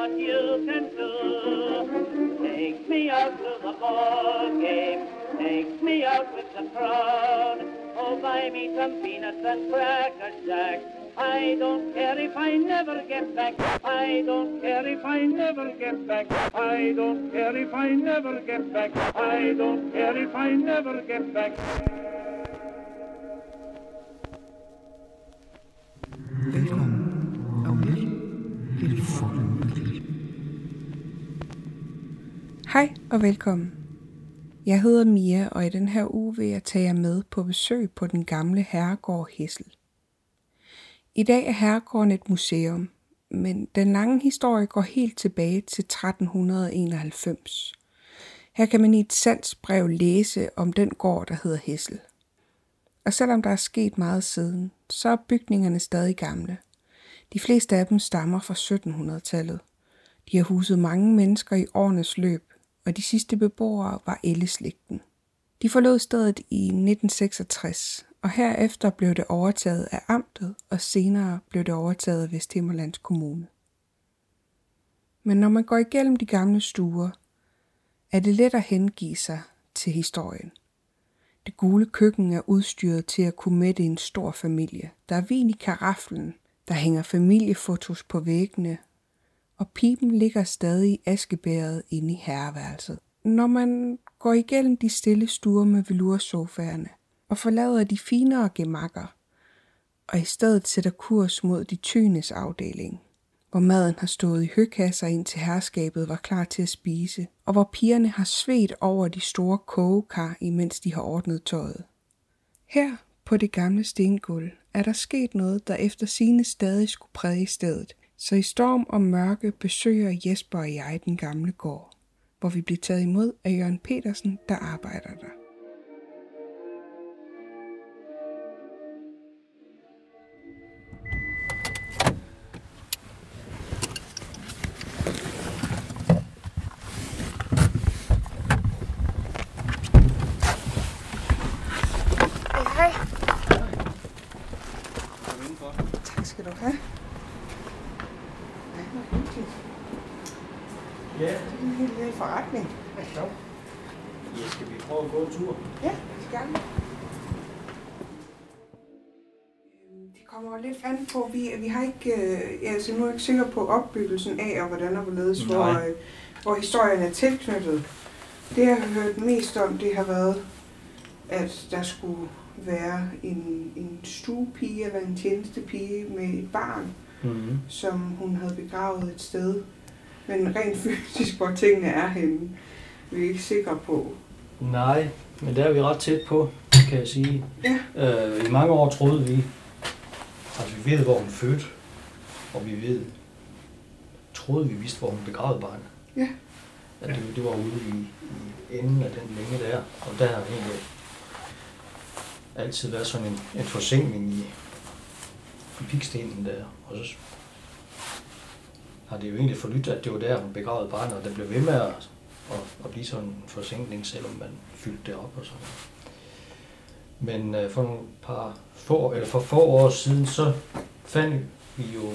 what you can do. Take me out to the ball game, take me out with the crowd. Oh, buy me some peanuts and cracker jack. I don't care if I never get back. I don't care if I never get back. I don't care if I never get back. I don't care if I never get back. Velkommen, og lidt forløbigt. Hej og velkommen. Jeg hedder Mia, og i den her uge vil jeg tage jer med på besøg på den gamle herregård Hessel. I dag er herregården et museum, men den lange historie går helt tilbage til 1391. Her kan man i et salgsbrev læse om den gård, der hedder Hessel. Og selvom der er sket meget siden, så er bygningerne stadig gamle. De fleste af dem stammer fra 1700-tallet. De har huset mange mennesker i årenes løb, og de sidste beboere var Elleslægten. De forlod stedet i 1966, og herefter blev det overtaget af amtet, og senere blev det overtaget af Vesthimmerlands Kommune. Men når man går igennem de gamle stuer, er det let at hengive sig til historien. Det gule køkken er udstyret til at kunne mætte en stor familie. Der er vin i karaflen, der hænger familiefotos på væggene, og piben ligger stadig i askebæret inde i herreværelset. Når man går igennem de stille stuer med velursofaerne og forlader de finere gemakker, og i stedet sætter kurs mod de tynes afdeling, hvor maden har stået i høkasser indtil herskabet var klar til at spise, og hvor pigerne har svedt over de store kogekar, imens de har ordnet tøjet. Her på det gamle stengulv er der sket noget, der efter sigende stadig skulle præge stedet, så i storm og mørke besøger Jesper og jeg den gamle gård, hvor vi bliver taget imod af Jørgen Petersen, der arbejder der. Hej. Tak skal du have. Ja. Det er en helt lille forretning. Ja, skal vi prøve at gå en tur? Ja, gerne. Det kommer lidt an på, vi har ikke, altså nu er jeg ikke sikker på opbyggelsen af, og hvordan og hvorledes, hvor historien er tilknyttet. Det jeg har hørt mest om, det har været, at der skulle være en stuepige eller en tjenestepige med et barn, som hun havde begravet et sted. Men rent fysisk, hvor tingene er henne, vi er ikke sikre på. Nej, men der er vi ret tæt på, kan jeg sige. Ja. I mange år troede vi, altså vi ved, hvor hun fødte, og troede vi vidste, hvor hun begravede barnet. Ja. At det var ude i enden af den længe der, og der har egentlig altid været sådan en forsænkning i pikstenen der, og så har det jo egentlig forlydt, at det var der, hun begravede barnet, og der blev ved med at blive sådan en forsænkning, selvom man fyldte det op og sådan. Men for få år siden, så fandt vi jo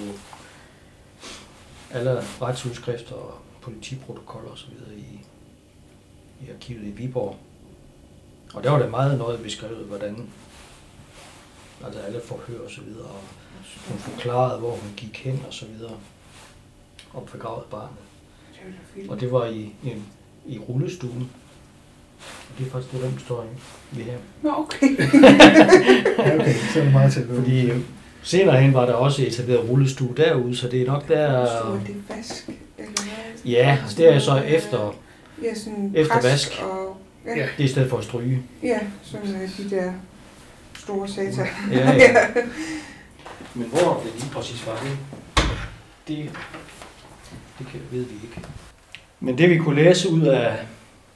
alle retsudskrifter og politiprotokoller og så videre i arkivet i Viborg. Og der var det meget nøje beskrevet, hvordan altså alle forhør og så videre, og hun forklarede, hvor hun gik hen og så videre, og begravede barnet. Og det var i rullestuen. Og det er faktisk det, den står ved her. Nå, okay. Ja, okay, så er det meget til. Fordi senere hen var der også etableret rullestue derude, så det er nok der... Det er vask, eller hvad? Ja, det er så efter, ja, sådan efter vask. Og, ja. Det er i stedet for at stryge. Ja, sådan de der store satan. Ja. Men hvor det lige præcis var det ved vi ikke. Men det vi kunne læse ud af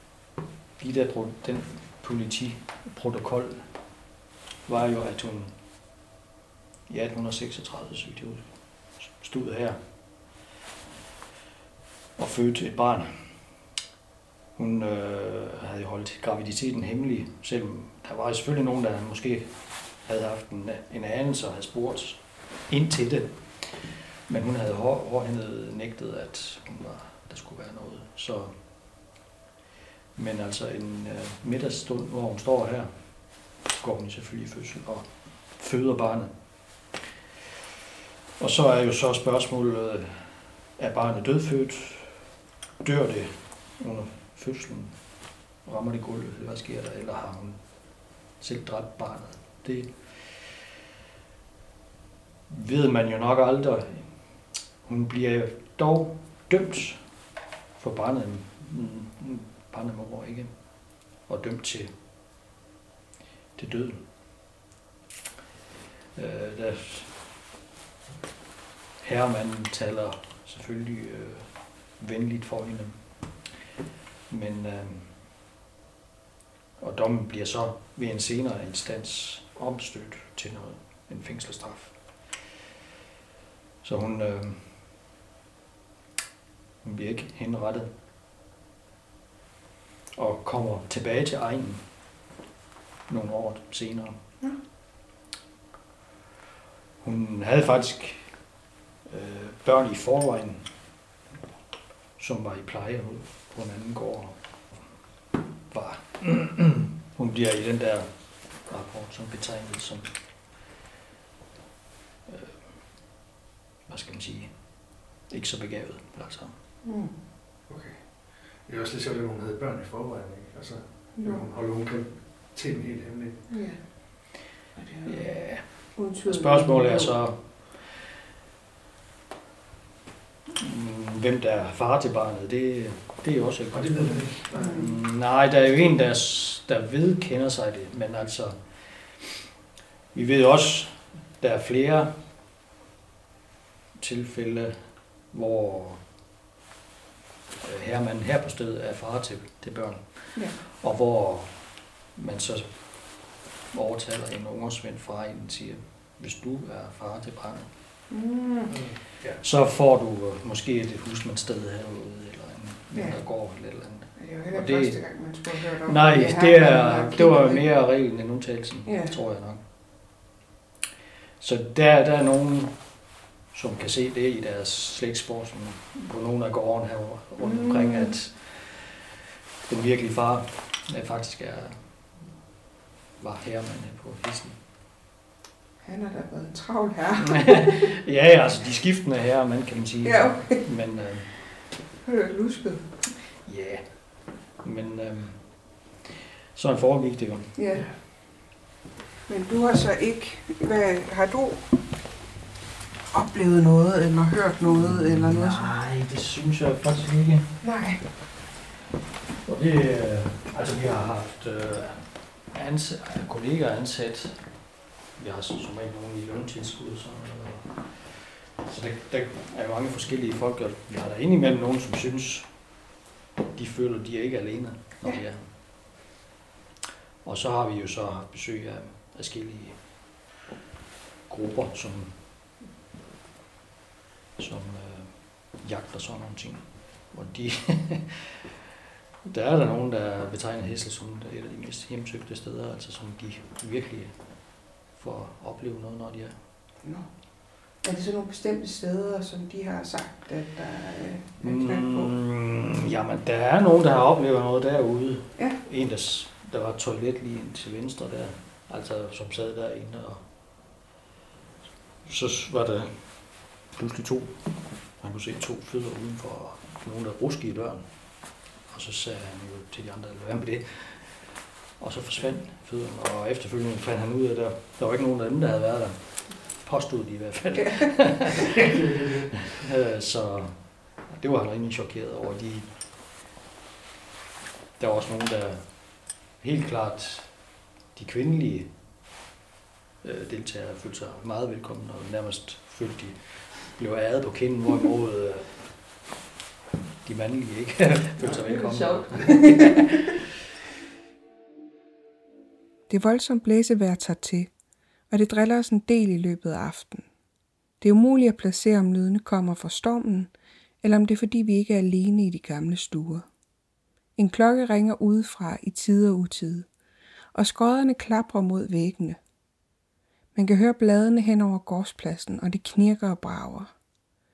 den politiprotokol, var jo, at hun i 1836, så vidt jeg stod her, og fødte et barn. Hun havde holdt graviditeten hemmelig, selvom der var selvfølgelig nogen, der måske havde haft en anelse og havde spurgt ind til det. Men hun havde hårdhændet nægtet, at der skulle være noget. Så, men altså en middagsstund, hvor hun står her, går hun selvfølgelig i fødsel og føder barnet. Og så er jo så spørgsmålet, er barnet dødfødt? Dør det under fødslen? Rammer det gulvet? Hvad sker der? Eller har hun selv dræbt barnet? Det ved man jo nok aldrig. Hun bliver dog dømt for barnemord, ikke? Og dømt til døden. Herremanden taler selvfølgelig venligt for hende, men og dommen bliver så ved en senere instans omstødt til en fængselsstraf. Så hun bliver ikke henrettet og kommer tilbage til egnen nogle år senere. Ja. Hun havde faktisk børn i forvejen, som var i pleje på en anden gård. Hun bliver i den der rapport som betegnet som, hvad skal man sige, ikke så begavet. Altså. Okay. Det er også lidt sjovt, at hun havde børn i forvejen, ikke? Altså, hun holder hun til den helt hemmelig. Ja. Spørgsmålet er så, hvem der er far til barnet. Det er jo også et godt spørgsmål. Nej, der er jo en, der vedkender sig det, men altså, vi ved også, der er flere tilfælde, hvor herremanden her på stedet er far til børn, og hvor man så overtaler en ungersvend fra en og siger, hvis du er far til barnet, så får du måske et husmandssted herude, eller en der går eller et eller andet. Det er jo heller ikke første gang, man skulle høre om. Nej, det var mere reglen end undtagelsen, tror jeg nok. Så der er nogen, som kan se det i deres slægtsspor, på nogle af gårdene her rundt omkring, at den virkelige far faktisk var herremanden på Hislen. Han har da været en travl herre. Ja, altså de skiftende herremænd, kan man sige. Ja, okay. Men det er lusket. Ja, men sådan foregik det jo. Ja. Men du har så ikke, har du oplevet noget, eller hørt noget, eller noget? Nej, det synes jeg faktisk ikke. Nej. Og det, altså vi har haft kollegaer ansat. Vi har som regel nogen i løntilskud, så der er jo mange forskellige folk, og vi har der indimellem nogen, som synes, de føler, de er ikke alene, når de er. Og så har vi jo så haft besøg af forskellige grupper, som jagter sådan nogle ting. Og der er der nogen, der betegner Hessel som et af de mest hjemsøgte steder, altså som de virkelig får opleve noget, når de er. Nå. Er det så nogle bestemte steder, som de har sagt, at der er knald på? Jamen, der er nogen, der har oplevet noget derude. Ja. En, der var et toilet lige til venstre der, altså som sad derinde, og så var der pludselig man kunne se 2 fødder udenfor, nogen der ruskede i døren, og så sagde han jo til de andre, hvad med det? Og så forsvandt fødderne, og efterfølgende fandt han ud af, der var ikke nogen af dem, der havde været der. Påstod de i hvert fald. Så det var han rimelig chokeret over. Der var også nogen, der helt klart, de kvindelige deltagere følte sig meget velkommen, og nærmest følte, de blev æret på kinden, hvorimod de mandlige ikke følte sig velkommen. Det voldsomt blæsevejr tager til, og det driller os en del i løbet af aftenen. Det er umuligt at placere, om lydene kommer fra stormen, eller om det er fordi vi ikke er alene i de gamle stuer. En klokke ringer udefra i tide og utide, og skodderne klaprer mod væggene. Man kan høre bladene hen over gårdspladsen, og det knirker og brager.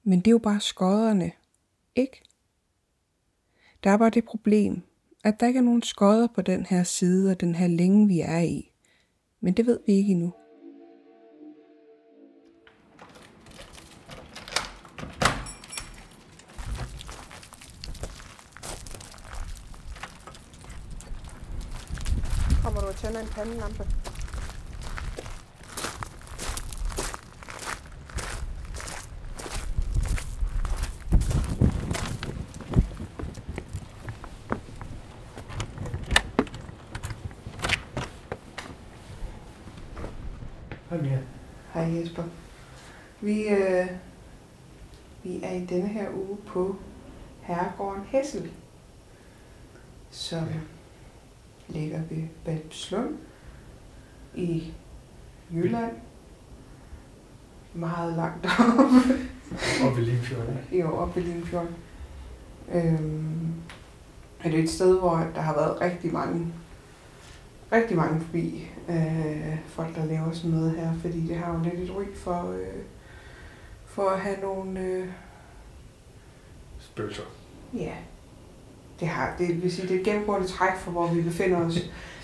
Men det er jo bare skodderne, ikke? Der er bare det problem, at der ikke er nogen skodder på den her side og den her længe, vi er i. Men det ved vi ikke endnu. Kommer du og tænder en pandelampe? Hej Mia. Hej Jesper. Vi er i denne her uge på herregården Hessel, som ligger ved Balbslund i Jylland. Meget langt oppe. Oppe ved Limfjorden. Jo, oppe ved Limfjorden. Det er et sted, hvor der har været rigtig mange forbi folk, der laver sådan noget her, fordi det har jo lidt et ry for at have nogle... Spøgelser. Ja, det vil sige, det er et gennemgående træk for, hvor vi befinder os.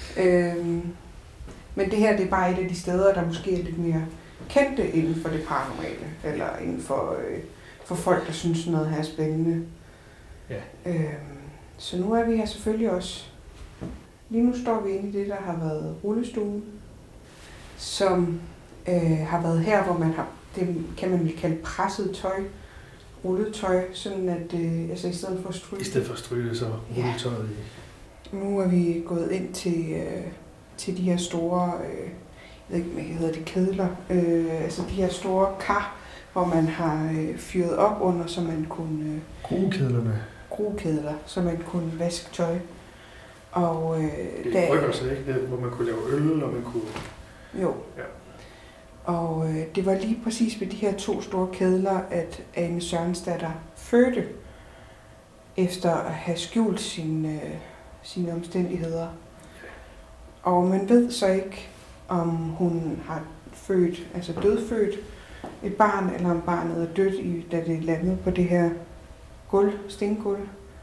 Men det her, det er bare et af de steder, der måske er lidt mere kendte inden for det paranormale, eller inden for folk, der synes noget her er spændende. Ja. Så nu er vi her selvfølgelig også. Lige nu står vi inde i det, der har været rullestuen, som har været her, hvor man har, det kan man vel kalde presset tøj, rullet tøj, sådan at, altså i stedet for at stryge. I stedet for at stryge det, så rullet tøjet i. Nu er vi gået ind til de her store, jeg ved ikke, hvad hedder det, kedler, altså de her store kar, hvor man har fyret op under, så man kunne... Grokedler, så man kunne vaske tøj. Og det rykker sig ikke, hvor man kunne lave øl, og man kunne... Jo. Ja. Og det var lige præcis ved de her 2 store kedler, at Ane Sørensdatter fødte, efter at have skjult sine omstændigheder. Og man ved så ikke, om hun har født, altså dødfødt et barn, eller om barnet er dødt, da det landede på det her gulv, stengulv.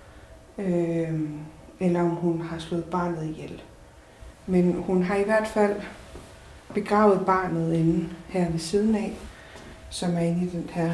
Eller om hun har slået barnet ihjel. Men hun har i hvert fald begravet barnet inde her ved siden af, som er inde i den her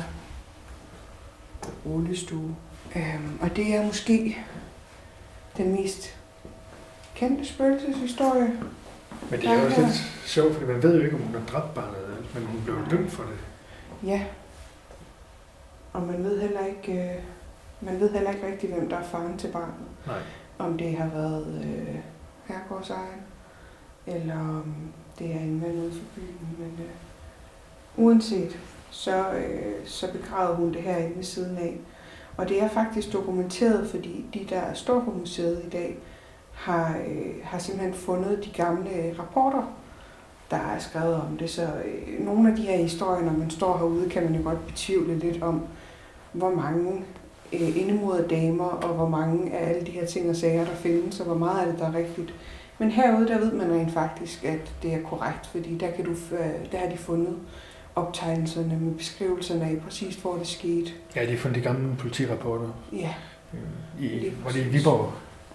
rullestue. Og det er måske den mest kendte spøgelseshistorie. Men det er jo lidt sjovt, fordi man ved jo ikke, om hun har dræbt barnet, men hun blev dømt for det. Ja. Og man ved heller ikke rigtig, hvem der er faren til barnet. Nej. Om det har været herregårdsejeren, eller om det er en mand ude for byen. Men uanset, så begravede hun det herinde ved siden af. Og det er faktisk dokumenteret, fordi de, der står på museet i dag, har simpelthen fundet de gamle rapporter, der er skrevet om det. Så nogle af de her historier, når man står herude, kan man jo godt betvivle lidt om, hvor mange indemodede damer, og hvor mange af alle de her ting og sager, der findes, og hvor meget af det, der er rigtigt. Men herude, der ved man rent faktisk, at det er korrekt, fordi der har de fundet optegnelserne med beskrivelserne af præcis, hvor det skete. Ja, de har fundet de gamle politirapporter. Ja. Var det i Viborg?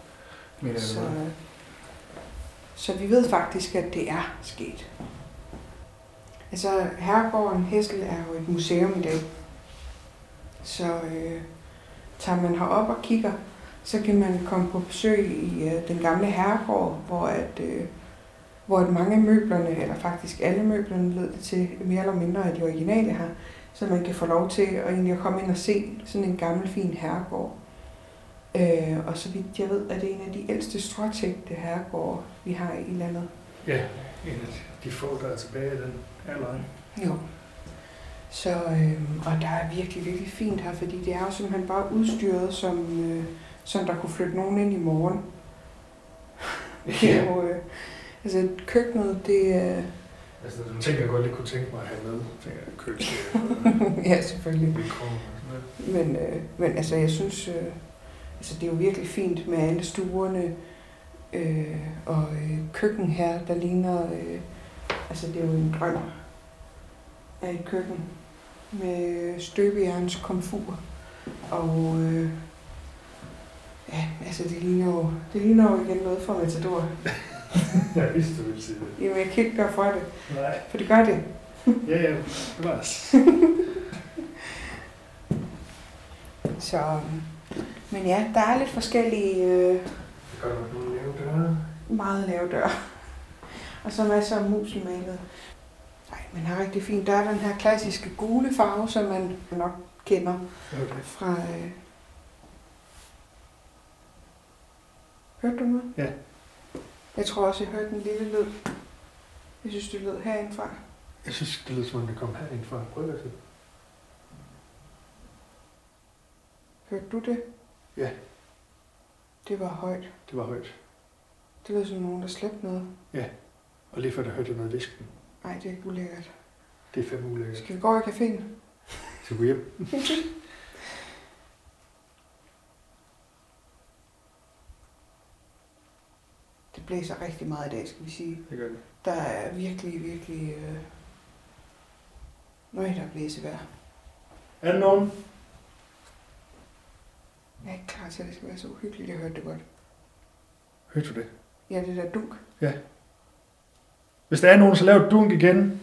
Så vi ved faktisk, at det er sket. Altså, herregården Hessel er jo et museum i dag. Så tager man herop og kigger, så kan man komme på besøg i den gamle herregård, hvor mange af møblerne, eller faktisk alle møblerne, lød det til mere eller mindre af de originale her, så man kan få lov til at egentlig komme ind og se sådan en gammel, fin herregård. Og så vidt jeg ved, er det en af de ældste stråtægte herregårde, vi har i landet. Ja, en af de få, der er tilbage i den alder. Jo. Så, og der er virkelig, virkelig fint her, fordi det er jo simpelthen bare udstyret, som der kunne flytte nogen ind i morgen. Ja. Og, altså køkkenet, det er... Altså nogle ting, jeg godt lige kunne tænke mig at have med. Køkkenet. Ja, selvfølgelig. Men altså, jeg synes, altså det er jo virkelig fint med alle stuerne og køkken her, der ligner, altså det er jo en drøm af et køkken. med støbejerns komfur. Og ja, altså det ligner jo igen noget fra Matador. Jeg vidste, du ville sige det. Jamen, jeg kan ikke gøre for det. Nej. For det gør det. Ja, det var det. Så, men ja, der er lidt forskellige... Det gør nok nogle lave døre. Meget lave døre. Og så masser af muselmalet. Nej, men er rigtig fint. Der er den her klassiske gule farve, som man nok kender fra... Hørte du noget? Ja. Jeg tror også, jeg hørte en lille lyd. Jeg synes, det lød herindfra. Jeg synes, det lød som om det kom herindfra. Prøv at se. Hørte du det? Ja. Det var højt. Det var højt. Det lød som nogen, der slæbte noget. Ja. Og lige før der hørte jeg noget visken. Nej, det er ikke ulækkert. Det er fandme ulækkert. Skal vi gå i caféen? Skal vi gå hjem? Det blæser rigtig meget i dag, skal vi sige. Det gør det. Der er virkelig... Nøj, der er blæsevejr. Er der nogen? Jeg er ikke klar til, at det skal være så uhyggeligt. Jeg hørte det godt. Hørte du det? Ja, det der dunk. Ja. Hvis der er nogen, så lav et dunk igen.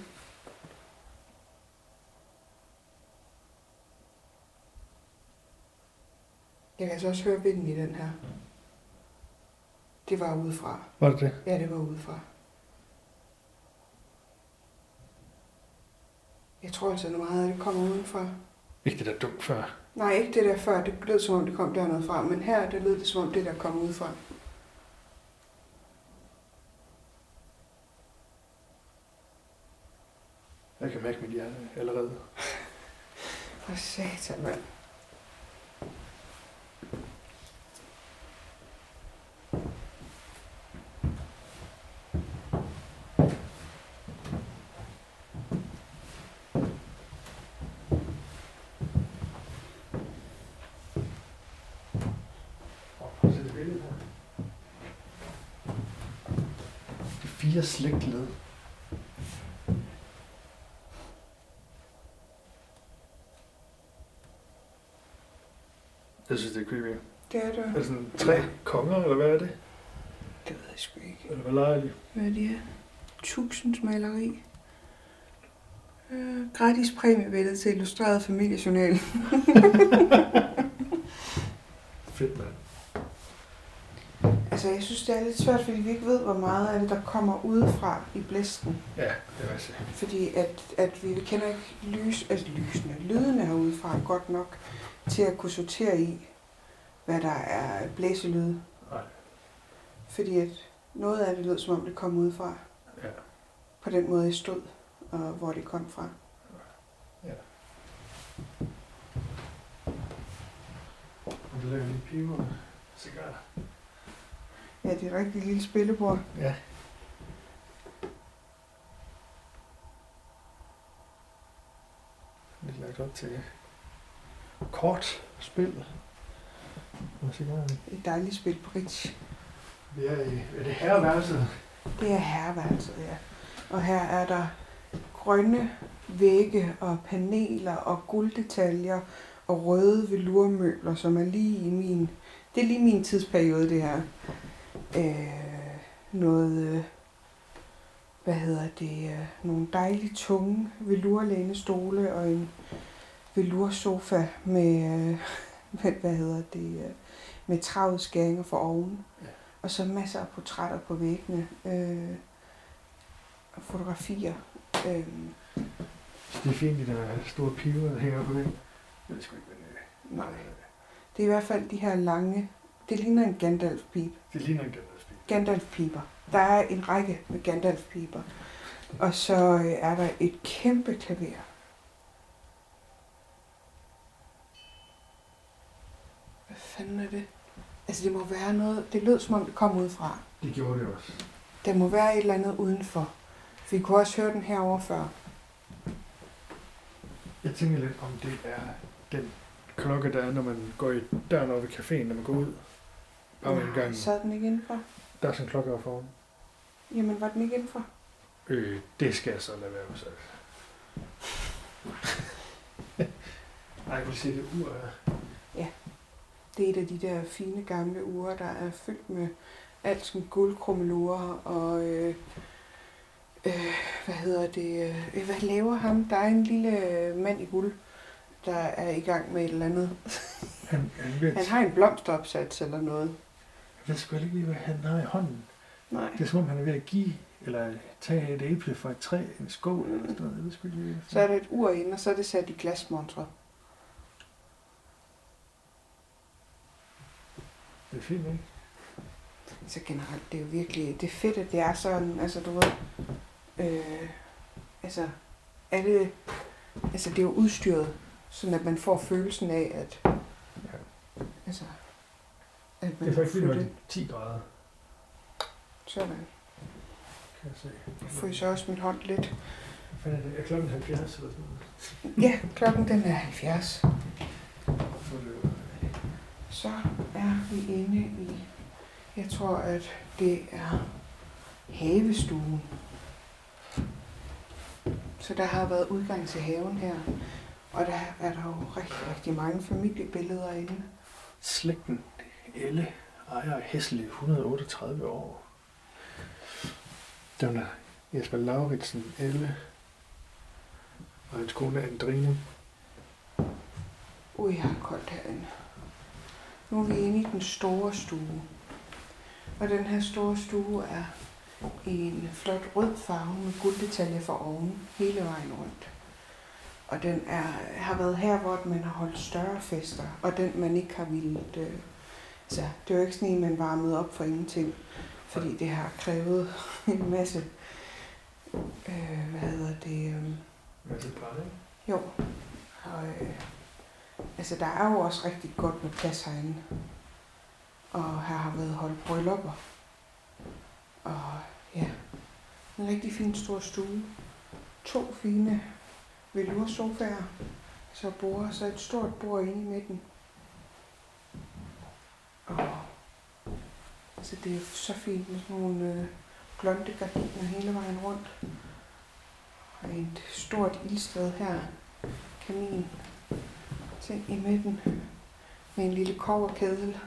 Jeg kan altså også høre vinden i den her. Det var udefra. Var det det? Ja, det var udefra. Jeg tror altså, at meget af det kommer udenfra. Ikke det der dunk før. Nej, ikke det der før. Det lød som om, det kom dernede fra. Men her, det lød det som om, det der kom udefra. Jeg kan mærke mit hjerte allerede. For satan, mand. De 4 slægtled. Jeg synes, det er creepy. Det er der. Er det sådan 3 konger, eller hvad er det? Det ved jeg sgu ikke. Eller hvad leger de? Hvad er det her? 1000 maleri. Gratis præmiebillede til Illustreret Familiejournal. Fedt, mand. Altså, jeg synes, det er lidt svært, fordi vi ikke ved, hvor meget af det, der kommer udefra i blæsten. Ja, det vil jeg sige. Fordi at vi kender ikke lydene herudefra godt nok til at kunne sortere i, hvad der er blæselyde. Nej. Fordi at noget af det lød, som om det kom udefra. Ja. På den måde, jeg stod, og hvor det kom fra. Ja. Og det laver lige piver. Cigarer. Ja, det er et rigtig lille spillebord. Ja. Lidt lagt op til kort spil. Og cigaren. Et dejligt spil på Ritz. Vi er det herreværelset? Det er herreværelset, ja. Og her er der grønne vægge og paneler og gulddetaljer og røde velurmøbler, som er lige i min... Det er lige min tidsperiode, det her. Nogle dejligt tunge velurlænestole og en velursofa med, med travlskæringer for oven. Ja. Og så masser af portrætter på væggene. Og fotografier. Det er fint, de der store piver, der hænger på væggen. Jeg ved sgu ikke, hvad det er. Nej. Det er i hvert fald de her lange... Det ligner en Gandalf-pibe. Det ligner en Gandalf-pibe. Gandalf-piber. Der er en række med Gandalf-piber. Og så er der et kæmpe klaver. Hvad fanden er det? Altså det må være noget... Det lød som om det kom udefra. Det gjorde det også. Der må være et eller andet udenfor. Vi kunne også høre den herovre før. Jeg tænker lidt, om det er den klokke, der er, når man går i døren over ved caféen, når man går ud. Bare en gang. Sad den ikke indenfor? Der er sådan en klokke over foran. Jamen, var den ikke indenfor? Det skal jeg så lade være med. Ej, jeg kunne se det ur her. Det er et af de der fine gamle ure, der er fyldt med alt sådan guldkrummelurer og hvad laver ham? Der er en lille mand i guld, der er i gang med et eller andet. Han har en blomsteropsats eller noget. Jeg ved sgu ikke lige, hvad han har i hånden. Nej. Det er som om, han er ved at give, eller tage et æble fra et træ, en skål eller sådan noget. Jeg ved sgu ikke lige, Så er der et ur inde, og så er det sat i glasmontre. Det er fint, ikke? Så generelt, det er jo virkelig, det er fedt, at det er sådan, altså du ved, det er jo udstyret, sådan at man får følelsen af, at, at man Det er faktisk flytter. lige 10 grader, Sådan. kan jeg se. Jeg fryser også min hånd lidt. Hvad er det? Er klokken 70 eller sådan noget? Ja, klokken den er 70. Så det Så er vi inde i, jeg tror, at det er havestuen. Så der har været udgang til haven her. Og der er der jo rigtig, rigtig mange familiebilleder inde. Slægten Elle ejer Hessel i 138 år. Der er Jesper Lauritsen Elle og hans kone Andrine. Jeg har koldt herinde. Nu er vi inde i den store stue. Og den her store stue er i en flot rød farve med gulddetaljer for oven hele vejen rundt. Og den har været her, hvor man har holdt større fester, og den man ikke har villet. Så det er jo ikke sådan en, man varmede op for ingenting, fordi det har krævet en masse, Masse bræt, ikke? Jo, og der er jo også rigtig godt med plads herinde. Og her har været holdt bryllupper. Og ja, en rigtig fin stor stue. 2 fine veloursofaer, så bord, så et stort bord inde i midten. Og altså det er så fint med sådan nogle blonde gardiner hele vejen rundt. Og et stort ildsted her, kamin ting i midten med en lille kobberkedel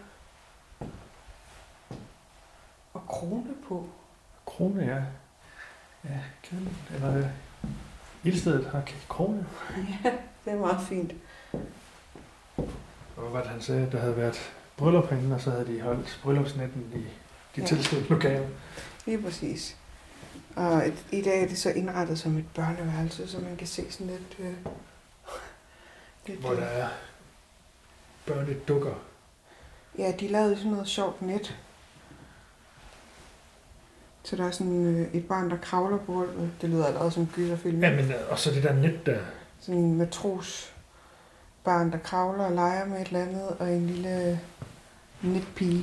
og krone på. Krone, ja. Ja, kedlen. Eller ildstedet har krone. Ja, det er meget fint. Og hvad var det, han sagde? Der havde været bryllup herinde, og så havde de holdt bryllupsnatten i de tilstødte lokaler. Lige præcis. Og i dag er det så indrettet som et børneværelse, så man kan se sådan lidt... Hvor der er børnedukker. Ja, de lavede sådan noget sjovt net. Så der er sådan et barn, der kravler på gulvet. Det lyder allerede som en gyserfilm. Ja, men og så det der net der. Sådan en matros barn, der kravler og leger med et eller andet, og en lille netpige.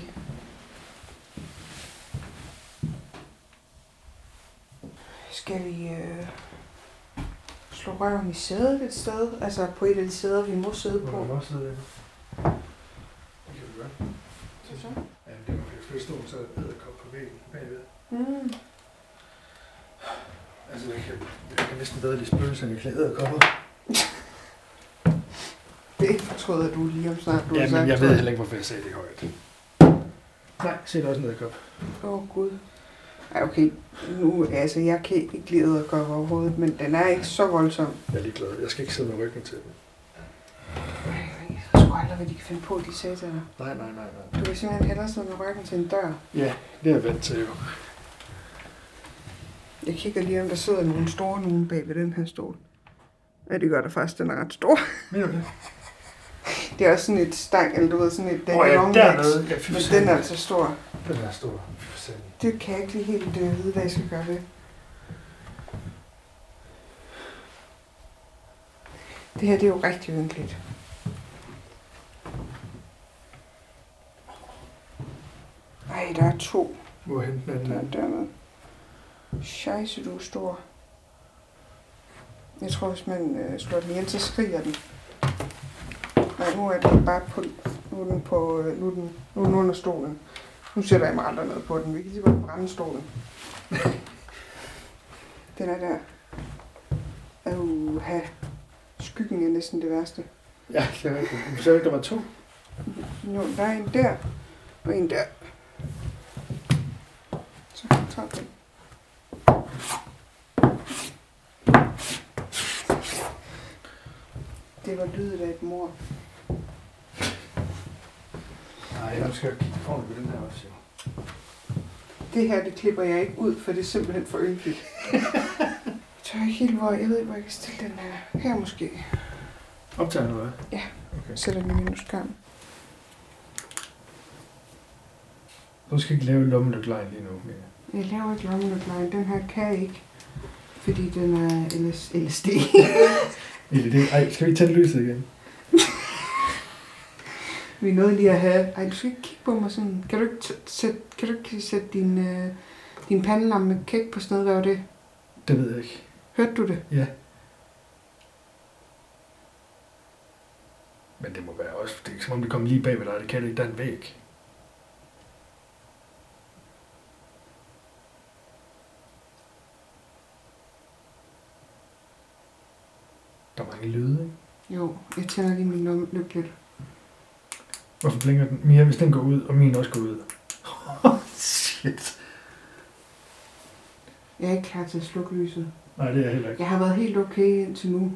Skal vi slå røven i sædet et sted? Altså på et af de sæder, vi må sidde på. Hvor man også sidder inde. Det kan vi gøre. Så. Ja, det var fordi første år, så er der edderkop på væggen bagved. Mm. Altså, jeg kan næsten bedre lide spøgelser, end jeg kan edderkopper. Det fortryder du lige om snart, du har Ja, sagt. men jeg ved heller ikke, hvorfor jeg sagde det højt. Nej, se der også en edderkop. Gud. Ej, okay. Nu, altså, jeg kan ikke lide edderkopper overhovedet, men den er ikke så voldsom. Jeg er ligeglad. Jeg skal ikke sidde med ryggen til den. Jeg ved sgu aldrig, hvad de kan finde på, de sataner. Nej. Du vil simpelthen hellere sidde med ryggen til en dør. Ja, det er jeg vant til jo. Jeg kigger lige, om der sidder nogle store nogen bag ved den her stol. Ja, det gør der faktisk. Den er ret stor. Mener du det? Det er også sådan et stang, eller du ved, sådan et ja, dernede. Ja, men den er altså stor. Den er stor. Det kan jeg ikke lige helt vide, hvad jeg skal gøre ved. Det her, det er jo rigtig ynkeligt. Ej, der er 2. Hvorhen den anden? Der er dernede. Scheisse, du er stor. Jeg tror, hvis man slår den ihjel, så skriger den. Nej, nu er den bare på... Nu er den under stolen. Nu sætter jeg mig aldrig ned på den. Vi kan lige bare brænde stolen. Den er der. Skyggen er næsten det værste. Ja, det er rigtigt. Du sagde ikke, der var 2? Jo, der er en der, og en der. Så tager den. Det var lydet af et mor. Nej, nu skal jeg kigge ordentligt på den her også, jo. Det her, det klipper jeg ikke ud, for det er simpelthen for ynkeligt. Jeg tør ikke helt, hvor jeg ved ikke, hvor jeg kan stille den her. Her måske. Optager du, hvad? Ja, Okay. sætter den i vindueskarmen. Du skal ikke lave lommelyglejen lige nu, Mia. Jeg laver ikke lommelyglejen. Den her kan jeg ikke, fordi den er LSD. Ej, skal vi ikke tænde lyset igen? Vi er nødt lige at have... Ej, du skal ikke kigge på mig sådan. Kan du ikke sætte din pandelampe med kæk på sådan noget? Hvad var det? Det ved jeg ikke. Hørte du det? Ja. Men det må være også... Det er ikke som om det kommer lige bag ved dig. Det kan det ikke. Der er en væg. Der er mange lyde, ikke? Jo, jeg tænder lige min lommelygte lidt. Hvorfor blinker den? Mia, hvis den går ud, og min også går ud. Shit. Jeg er ikke klar til at slukke lyset. Nej, det er jeg heller ikke. Jeg har været helt okay indtil nu.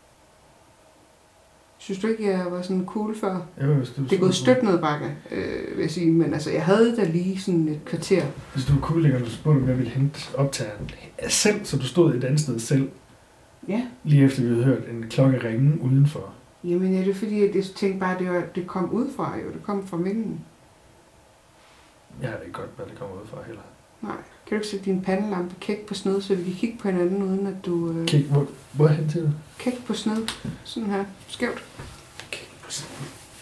Synes du ikke, jeg var sådan cool før? Jo, hvis du Det er gået stødt ned bakke, vil jeg sige. Men altså, jeg havde da lige sådan et kvarter. Hvis du var cool, så spurgte du, om jeg ville hente optageren selv, så du stod et andet sted selv. Ja. Lige efter vi havde hørt en klokke ringe udenfor. Jamen, er det fordi, at jeg tænkte bare, at det kom udefra jo. Det kom fra vinden. Jeg har det ikke godt, hvad det kommer udefra heller. Nej. Kan du ikke sætte din pandelampe kæk på sned, så vi kan kigge på hinanden, uden at du... Kig, hvor hen til det? Kæk på sned. Sådan her. Skævt. Kig på sned.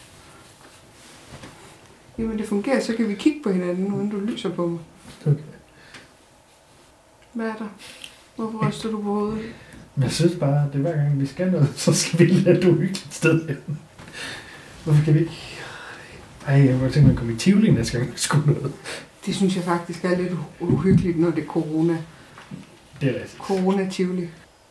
Jamen, det fungerer, så kan vi kigge på hinanden, uden du lyser på mig. Okay. Hvad er der? Hvorfor ryster du på hovedet? Men jeg synes bare, at det hver gang vi skal noget, så skal vi lade et uhyggeligt sted hen. Hvorfor kan vi ikke... Ej, jeg kunne tænke mig at komme i Tivoli næste gang, vi skulle noget. Det synes jeg faktisk er lidt uhyggeligt, når det er corona. Det er rigtigt. Corona-Tivoli.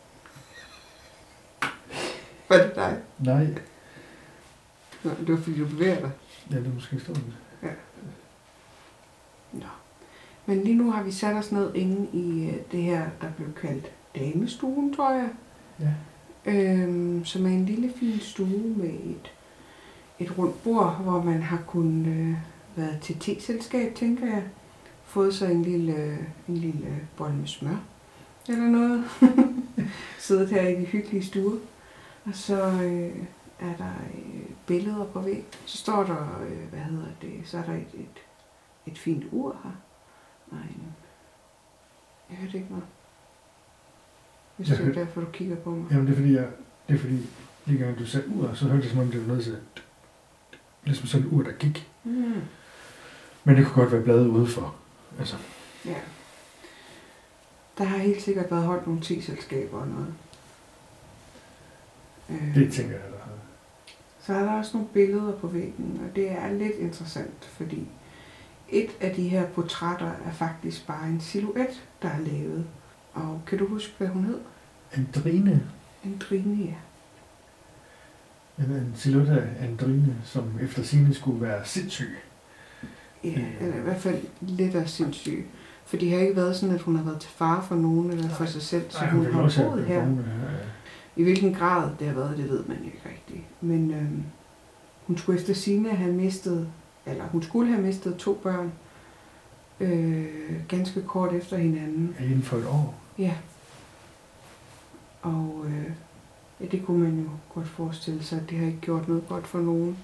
Var det dig? Nej. Nå, det var fordi, du bevæger dig. Ja, det er måske stående. Ja. Nå. Men lige nu har vi sat os ned inde i det her, der blev kaldt damestuen, tror jeg. Ja. Som er en lille fin stue med et rundt bord, hvor man har kunnet været til teselskab, tænker jeg. Fået sig en lille bolle med smør eller noget. Siddet her i de hyggelige stuer. Og så er der billeder på væggen. Så står der, så er der et fint ur her. Nej, jeg hørte ikke noget. Hvis det er derfor, du kigger på mig. Jamen, det er fordi, lige gang du sagde ur, så hørte det som om, det var noget til, ligesom sådan et ur, der gik. Mm. Men det kunne godt være bladet udefor. Altså. Ja. Der har helt sikkert været holdt nogle teselskaber og noget. Det tænker jeg, der har. Så er der også nogle billeder på væggen, og det er lidt interessant, fordi et af de her portrætter er faktisk bare en silhuet, der er lavet. Og kan du huske, hvad hun hed? Andrine. Andrine, ja. En silhuet af Andrine, som efter sigende skulle være sindssyg. Ja, eller i hvert fald lidt af sindssyg. For det har ikke været sådan, at hun har været til fare for nogen eller for sig selv, så hun har boet her. I hvilken grad det har været, det ved man ikke rigtigt. Men hun skulle efter sigende have mistet, eller hun skulle have mistet 2 børn, ganske kort efter hinanden. Inden for et år? Ja. Og det kunne man jo godt forestille sig, at det har ikke gjort noget godt for nogen.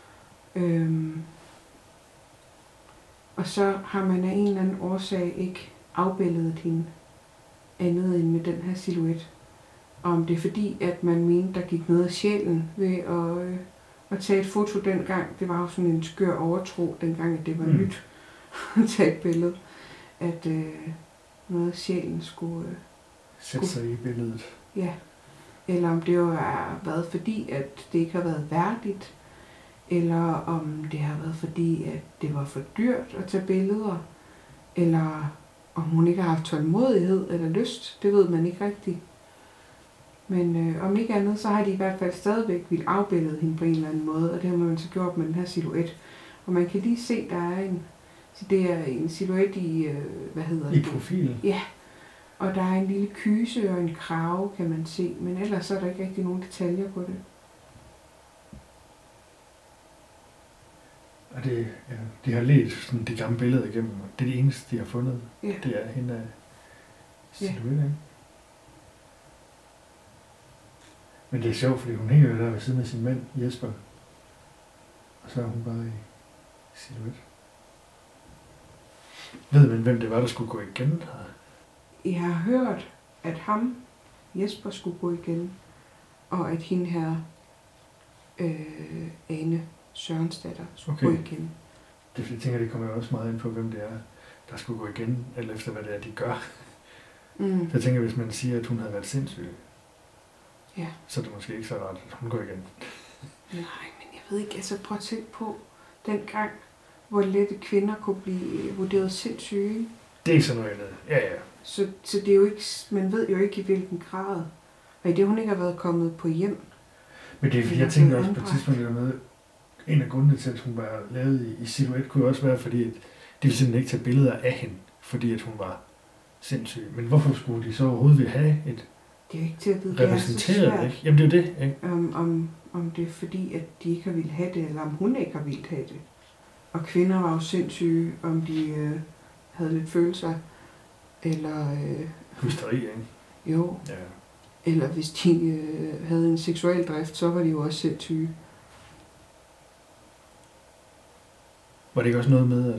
Og så har man af en eller anden årsag ikke afbilledet hende andet end med den her silhuet. Og om det er fordi, at man mente, der gik noget af sjælen ved at tage et foto dengang. Det var jo sådan en skør overtro dengang, at det var nyt at tage et billede. At noget af sjælen skulle sætte sig i billedet. Ja. Eller om det jo har været fordi, at det ikke har været værdigt. Eller om det har været fordi, at det var for dyrt at tage billeder. Eller om hun ikke har haft tålmodighed eller lyst. Det ved man ikke rigtigt. Men om ikke andet, så har de i hvert fald stadigvæk ville afbillede hende på en eller anden måde, og det har man så gjort med den her silhuet. Og man kan lige se, der er det er en silhuet i, I profilen? Ja, og der er en lille kyse og en krave, kan man se, men ellers så er der ikke rigtig nogen detaljer på det. Og det, ja, de har let sådan de gamle billeder igennem, og det er det eneste, de har fundet. Ja. Det er hende af silhuet, ikke? Men det er sjovt, fordi hun hænger jo der ved siden af sin mand, Jesper. Og så er hun bare i silhuet. Ved man, hvem det var, der skulle gå igen her? Jeg har hørt, at ham, Jesper, skulle gå igen, og at hende her, Ane Sørensdatter, skulle gå igen. Det, jeg tænker, det kommer jo også meget ind på, hvem det er, der skulle gå igen, eller efter hvad det er, de gør. Mm. Jeg tænker, hvis man siger, at hun havde været sindssyg, ja. Så er det måske ikke så rart, at hun går igen. Nej, men jeg ved ikke, altså prøv at tænke på den gang, hvor lette kvinder kunne blive vurderet sindssyge. Det er sådan noget andet. Ja. Så det er jo ikke, man ved jo ikke i hvilken grad. Og i det, hun ikke har været kommet på hjem. Men det er fordi, jeg tænker også på et tidspunkt, med en af grundene til, at hun var lavet i silhuet, kunne også være, fordi at de ville simpelthen ikke tage billeder af hende, fordi at hun var sindssyg. Men hvorfor skulle de så overhovedet ville have et det er jo ikke til at vide, repræsenteret, ikke? Jamen det er jo det, ikke? Om det er fordi, at de ikke har ville have det, eller om hun ikke har ville have det. Og kvinder var jo sindssyge, om de havde lidt følelser, eller... hysteri, ikke? Jo. Ja. Eller hvis de havde en seksuel drift, så var de jo også sindssyge. Var det ikke også noget med,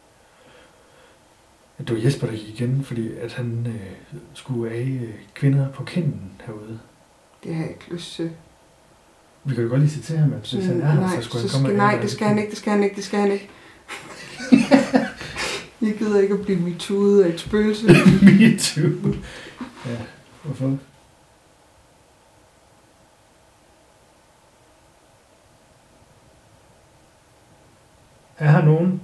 at det var Jesper, der gik igen, fordi at han skulle af kvinder på kinden herude? Det har jeg ikke lyst til. Vi kan jo godt lige sige til ham, at hvis han er her, så skulle han komme af. Nej, det skal han ikke. Jeg gider ikke at blive MeToo'et af et spøgelse. MeToo? Ja, hvorfor? Er her nogen?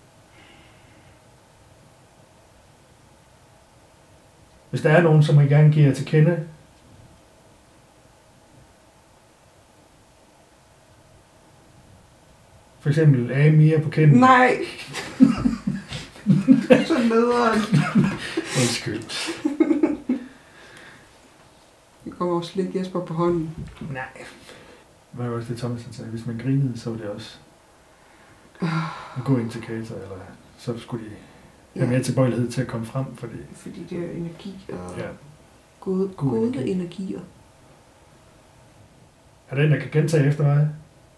Hvis der er nogen, som I gerne giver jer til kende. For eksempel Amia på kinden. Nej! Så nederen. Undskyld. Jeg kommer også lidt Jesper på hånden. Nej. Hvad var også det, Thomas sagde? Hvis man grinede, så var det også en god indikator, eller så skulle de have mere tilbøjelighed til at komme frem, fordi det er energi og ja. gode energier. Er der en, der kan gentage efter mig?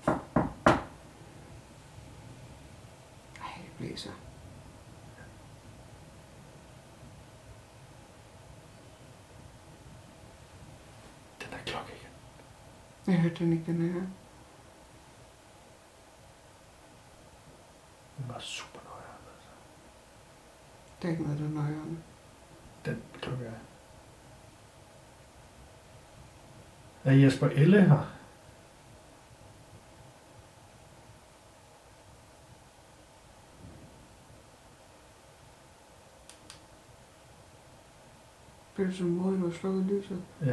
Ej, det blæser. Den der klokke igen. Jeg hørte den ikke, den her. Den var super nøjere. Altså. Der er ikke noget, der er nøjere. Den klokke er. Er Jesper Elle her? Bliver det som måde, du har slukket lyset? Ja.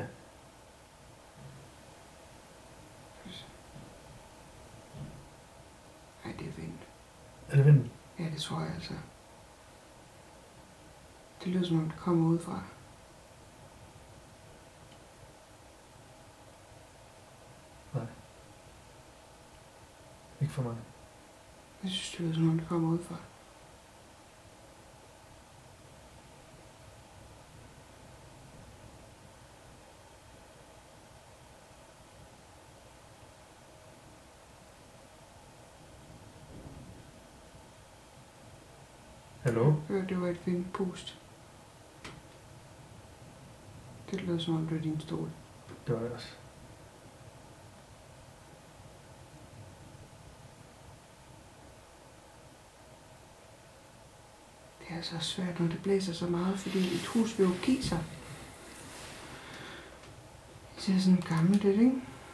Nej, det er vind. Er det vinden? Ja, det tror jeg altså. Det lyder som om, det kommer udefra. Nej. Ikke for mig. Jeg synes, det lyder som om, det kommer udefra. Hallo? Det var et vindpust. Det lød som om, det var din stol. Det var det også. Det er så svært, når det blæser så meget, fordi et hus vil jo give sig. Det ser sådan gammelt, ikke?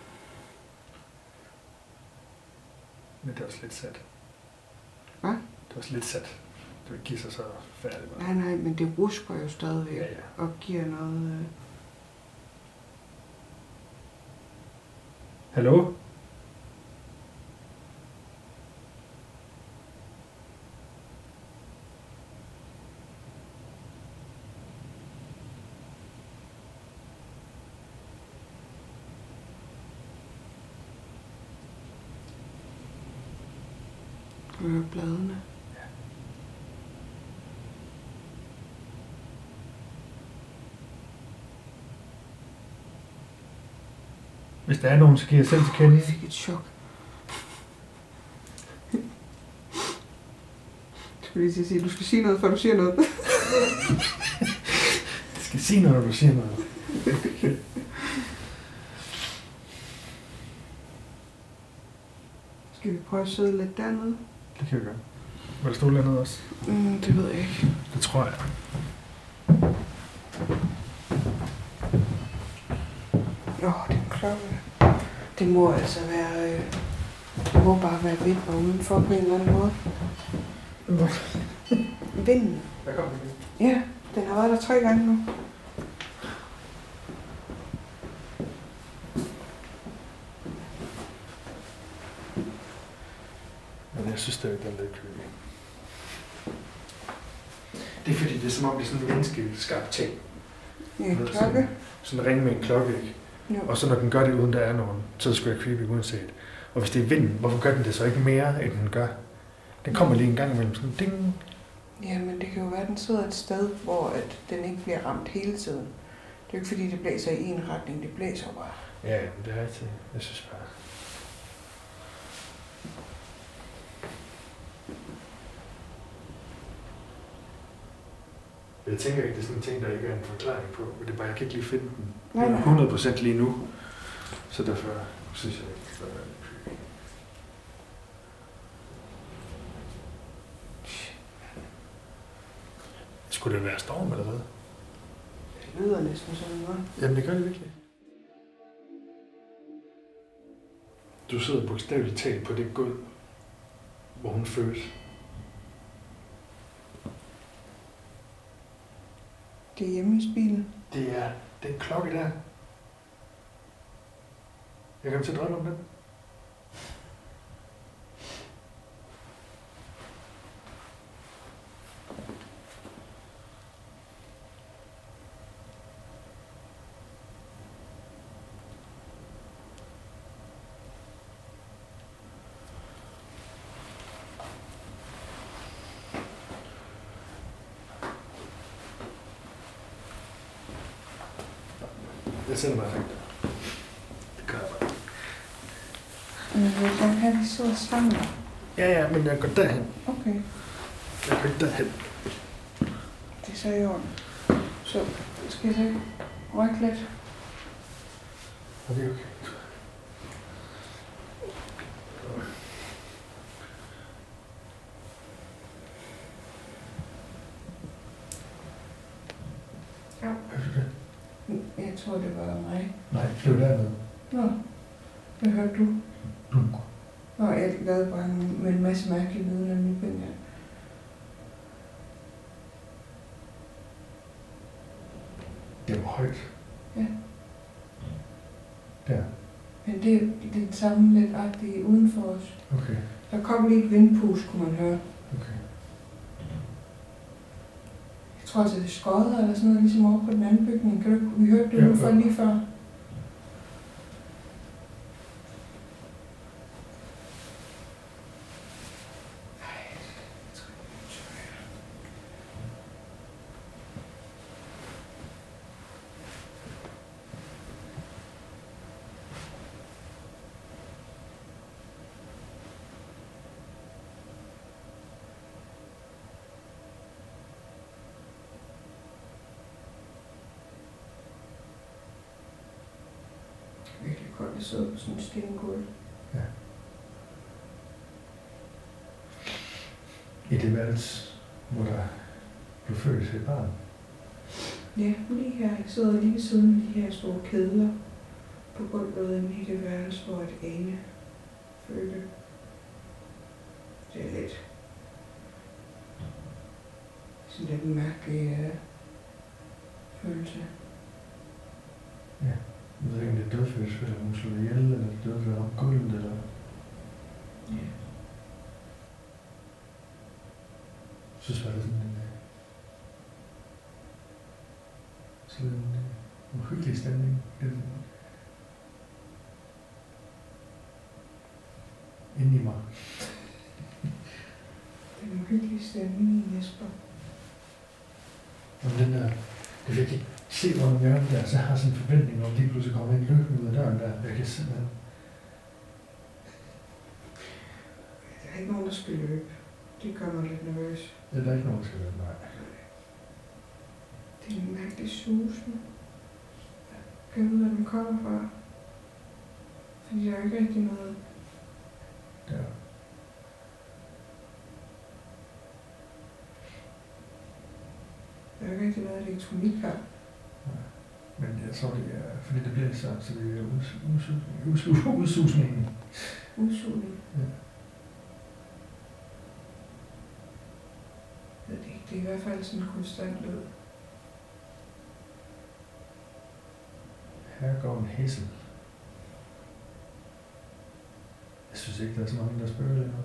Men det er også lidt sat. Hvad? Det er også lidt sat. Det vil give sig så færdigt. Nej, men det rusker jo stadigvæk. Ja. Og giver noget... Hallo? Hører bladene. Hvis der er nogen, så giver jeg selv til kende. Jeg fik et chok. Jeg skulle lige til at sige, at du skal sige noget, før du siger noget. Du skal sige noget, når du siger noget. Skal vi prøve at sidde lidt dernede? Det kan vi gøre. Var der stole dernede også? Det ved jeg ikke. Det tror jeg. Det er en klokke. Det må altså være... det må bare være vind og udenfor på en eller anden måde. Vinden. Der kommer den. Ja, den har været der 3 gange nu. Men jeg synes stadig, den er lidt creepy. Det er fordi, det er som om, det er sådan en menneskeskabt ting. Ja, en klokke. Sådan en ring med en klokke, ikke? Jo. Og så når den gør det, uden der er nogen, så er det sgu da creepy uanset. Og hvis det er vinden, hvorfor gør den det så ikke mere, end den gør? Den kommer lige en gang imellem sådan ding. Ja, men det kan jo være, at den sidder et sted, hvor at den ikke bliver ramt hele tiden. Det er jo ikke fordi, det blæser i en retning, det blæser bare. Ja, men det er rigtigt. Jeg synes bare... Jeg tænker ikke, det er sådan en ting, der ikke er en forklaring på, men det er bare, jeg kan ikke lige finde den Nej. 100% lige nu. Så derfor synes jeg ikke, det er creepy. Skulle det være storm eller hvad? Det lyder næsten sådan noget. Jamen det gør det virkelig. Du sidder bogstaveligt talt på det gulv, hvor hun fødes. Det er hjemme i bilen. Det er den klokke der. Jeg kommer til at drømme om den. Jeg sender mig rigtig. Det gør jeg bare. Men jeg vil gerne have, at vi sidder sammen. Ja, men jeg går derhen. Okay, Jeg går ikke derhen. det er så i orden. Så skal jeg så rykke lidt. Og det er okay. Ja. Hørte du det? Jeg tror, det var mig. Nej, det var dernede. Nå, hvad hørte du? Du. Nå, jeg lavede bare med en masse mærkelige lyde, nemlig på den her. Det var højt. Ja. Der. Men det er det samme lidt agtigt uden for os. Okay. Der kom lige et vindpus, kunne man høre. Okay. Jeg tror altså, det er skodder eller sådan noget, ligesom over på den anden bygning. Kan du, vi hørte det Ja, udenfor ja. lige før. Virkelig koldt at sidde på sådan en stengulv. Ja. I det værelse, hvor der blev født et barn. Ja, lige her. Jeg sidder lige ved siden af de her store kedler på gulvet inde i det værelse, hvor et ane fødte. Det er lidt sådan lidt mærkelig følelse. Ja. Jeg ved ikke, om det er dødfødt, eller hun slog ihjel, eller det døde ved om gulvet, eller... Ja. Jeg synes bare, det er sådan en uhyggelig stemning. Inde i mig. Den uhyggelige stemning i Jesper. Og den der, det vil ikke se, hvor man gør det der, så har jeg sådan en forventning om, at de pludselig kommer ind løbende ud af døren der. Jeg kan simpelthen... Der er ikke nogen, der skal løbe. Det gør mig lidt nervøs. Det er der ikke nogen, der skal løbe, nej. Det er en mærkelig susen. Jeg ved, hvor den kommer fra. Fordi der er ikke rigtig noget. Ja. Der er ikke rigtig noget elektronik her. Men jeg tror, det er, fordi det bliver så det er udsusningen. Udsugning. Ja. Jeg ved det ikke. Det er i hvert fald sådan en konstant lyd. Her går en hæsel. Jeg synes ikke, der er så mange, der spørger længere.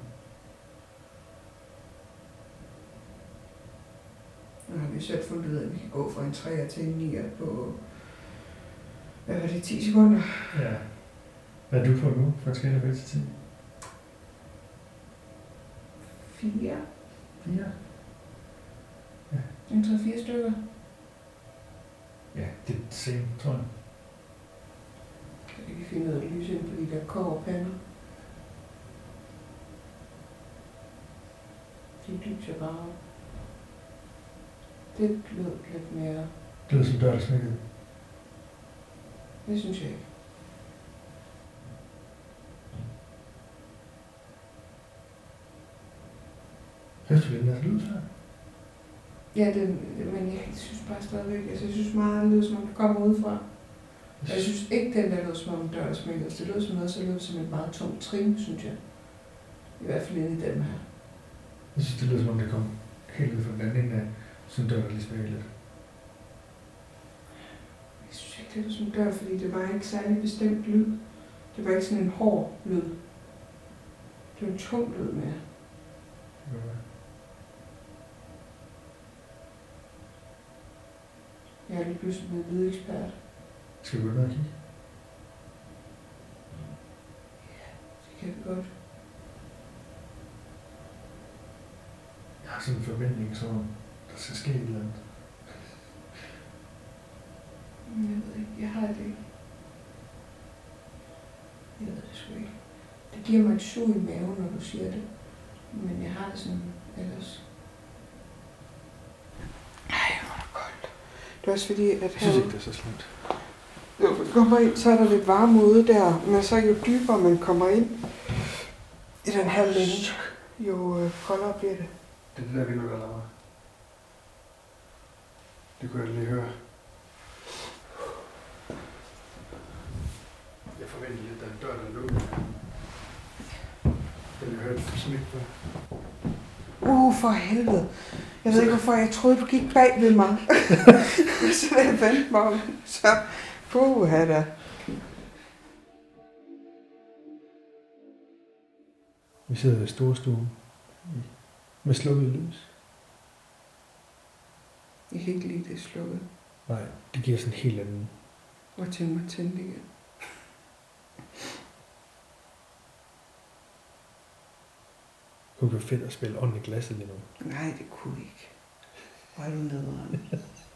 Nu har vi selv fundet ud af, at vi kan gå fra en 3'er til en 9'er på, hvad var det, 10 sekunder? Ja. Hvad er du på nu, fra skala fra 1 til 10? 4. 4? En 3-4 stykker. Ja, det er det same, tror jeg. Så kan vi finde noget lys ind på de der kobberpander. De lyser bare. Det lød lidt mere. Det lyder som dør, der smækkede. Det synes jeg ikke. Hørte du den der lyd før? Ja, men jeg synes bare stadigvæk, altså jeg synes meget, det lyder som om det kommer udefra. Jeg synes ikke, den der lød som om en dør smækker. Det lød som noget, så lød det som et meget tungt trin, synes jeg. I hvert fald inde i dem her. Jeg synes, det lyder som om det kom helt ud fra den anden ende af, sådan dør, der lige smækker lidt. Jeg synes ikke, det lød som en dør, fordi det var ikke særlig bestemt lyd. Det var ikke sådan en hård lyd. Det var en tung lyd mere. Jeg er lige pludselig blevet lydekspert. Skal vi gå ned og kigge? Det kan vi godt. Jeg har sådan en forventning, som der skal ske et eller andet. Jeg ved ikke, jeg har det ikke. Jeg ved det sgu ikke. Det giver mig et sug i maven, når du siger det. Men jeg har det sådan ellers. Ej, hvor er det koldt. Det er også fordi, at Jeg synes ikke, det er så slemt. Jo, man kommer ind, så er der lidt varme ude der, men så jo dybere man kommer ind i den her længe, jo koldere bliver det. Det er det der vindue, der laver. Det kunne jeg lige høre. Jeg forventer lidt, at døren er lukket. Den har hørt smæk på. For helvede. Jeg ved ikke hvorfor, jeg troede du gik bag ved mig. Så da jeg vendte mig om, så da. Vi sidder i storstuen med slukket lys. Jeg kan ikke lide det slukket. Nej, det giver sådan en helt anden. Og tænde mig tændt igen. Det kunne være fedt at spille ånd i glasset lige nu. Nej, det kunne ikke. Hvor er du nederen.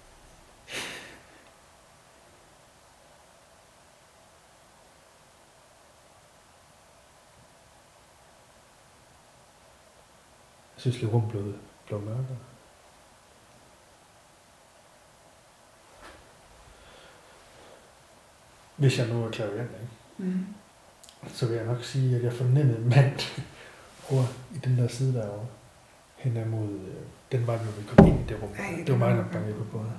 Jeg synes lige rum blev mørkere. Hvis jeg nu er klaverant, ikke? Så vil jeg nok sige, at jeg fornemmede en mand over i den der side derovre. Hen mod den vej, hvor vi kom ind i det rum. Ej, Det var mig, der bankede på båden.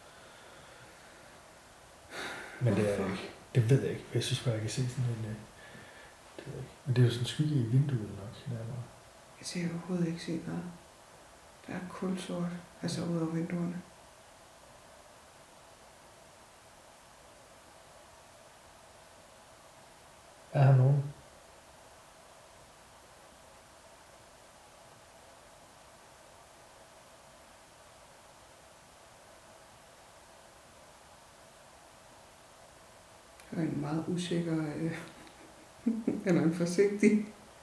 Men det er ikke. Det ved jeg ikke, for jeg synes bare, jeg kan se sådan en... Det ved jeg ikke. Men det er jo sådan en skygge i vinduet nok. Nærmere. Jeg ser overhovedet ikke se noget. Der er kulsort, altså ud over vinduerne. Er her nogen? Det var en meget usikker, eller en forsigtig.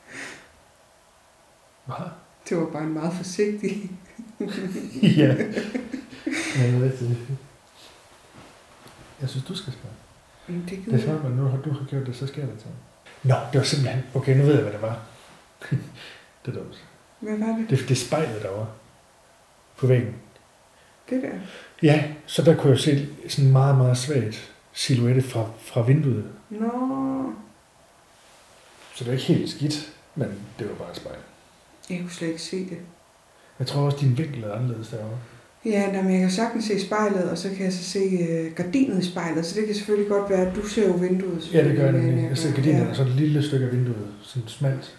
Hvad? Det var bare en meget forsigtig. Ja. Men hvad til det? Jeg synes, du skal spørge. Men det Det gider er smart, men nu har du gjort det, så sker det til. Nå, det var simpelthen... Okay, nu ved jeg, hvad det var. Det er dumt. Hvad var det? Det er spejlet derovre. På væggen. Det der? Ja, så der kunne jeg se sådan en meget, meget svagt silhuette fra vinduet. Nå. Så det er ikke helt skidt, men det var bare et spejl. Jeg kunne slet ikke se det. Jeg tror også, din vinkel er anderledes derovre. Ja, men jeg kan sagtens se spejlet, og så kan jeg så se gardinet i spejlet, så det kan selvfølgelig godt være, at du ser jo vinduet. Ja, det gør jeg nemlig. Men Jeg ser gardinerne, og så et lille stykke af vinduet, sådan smalt.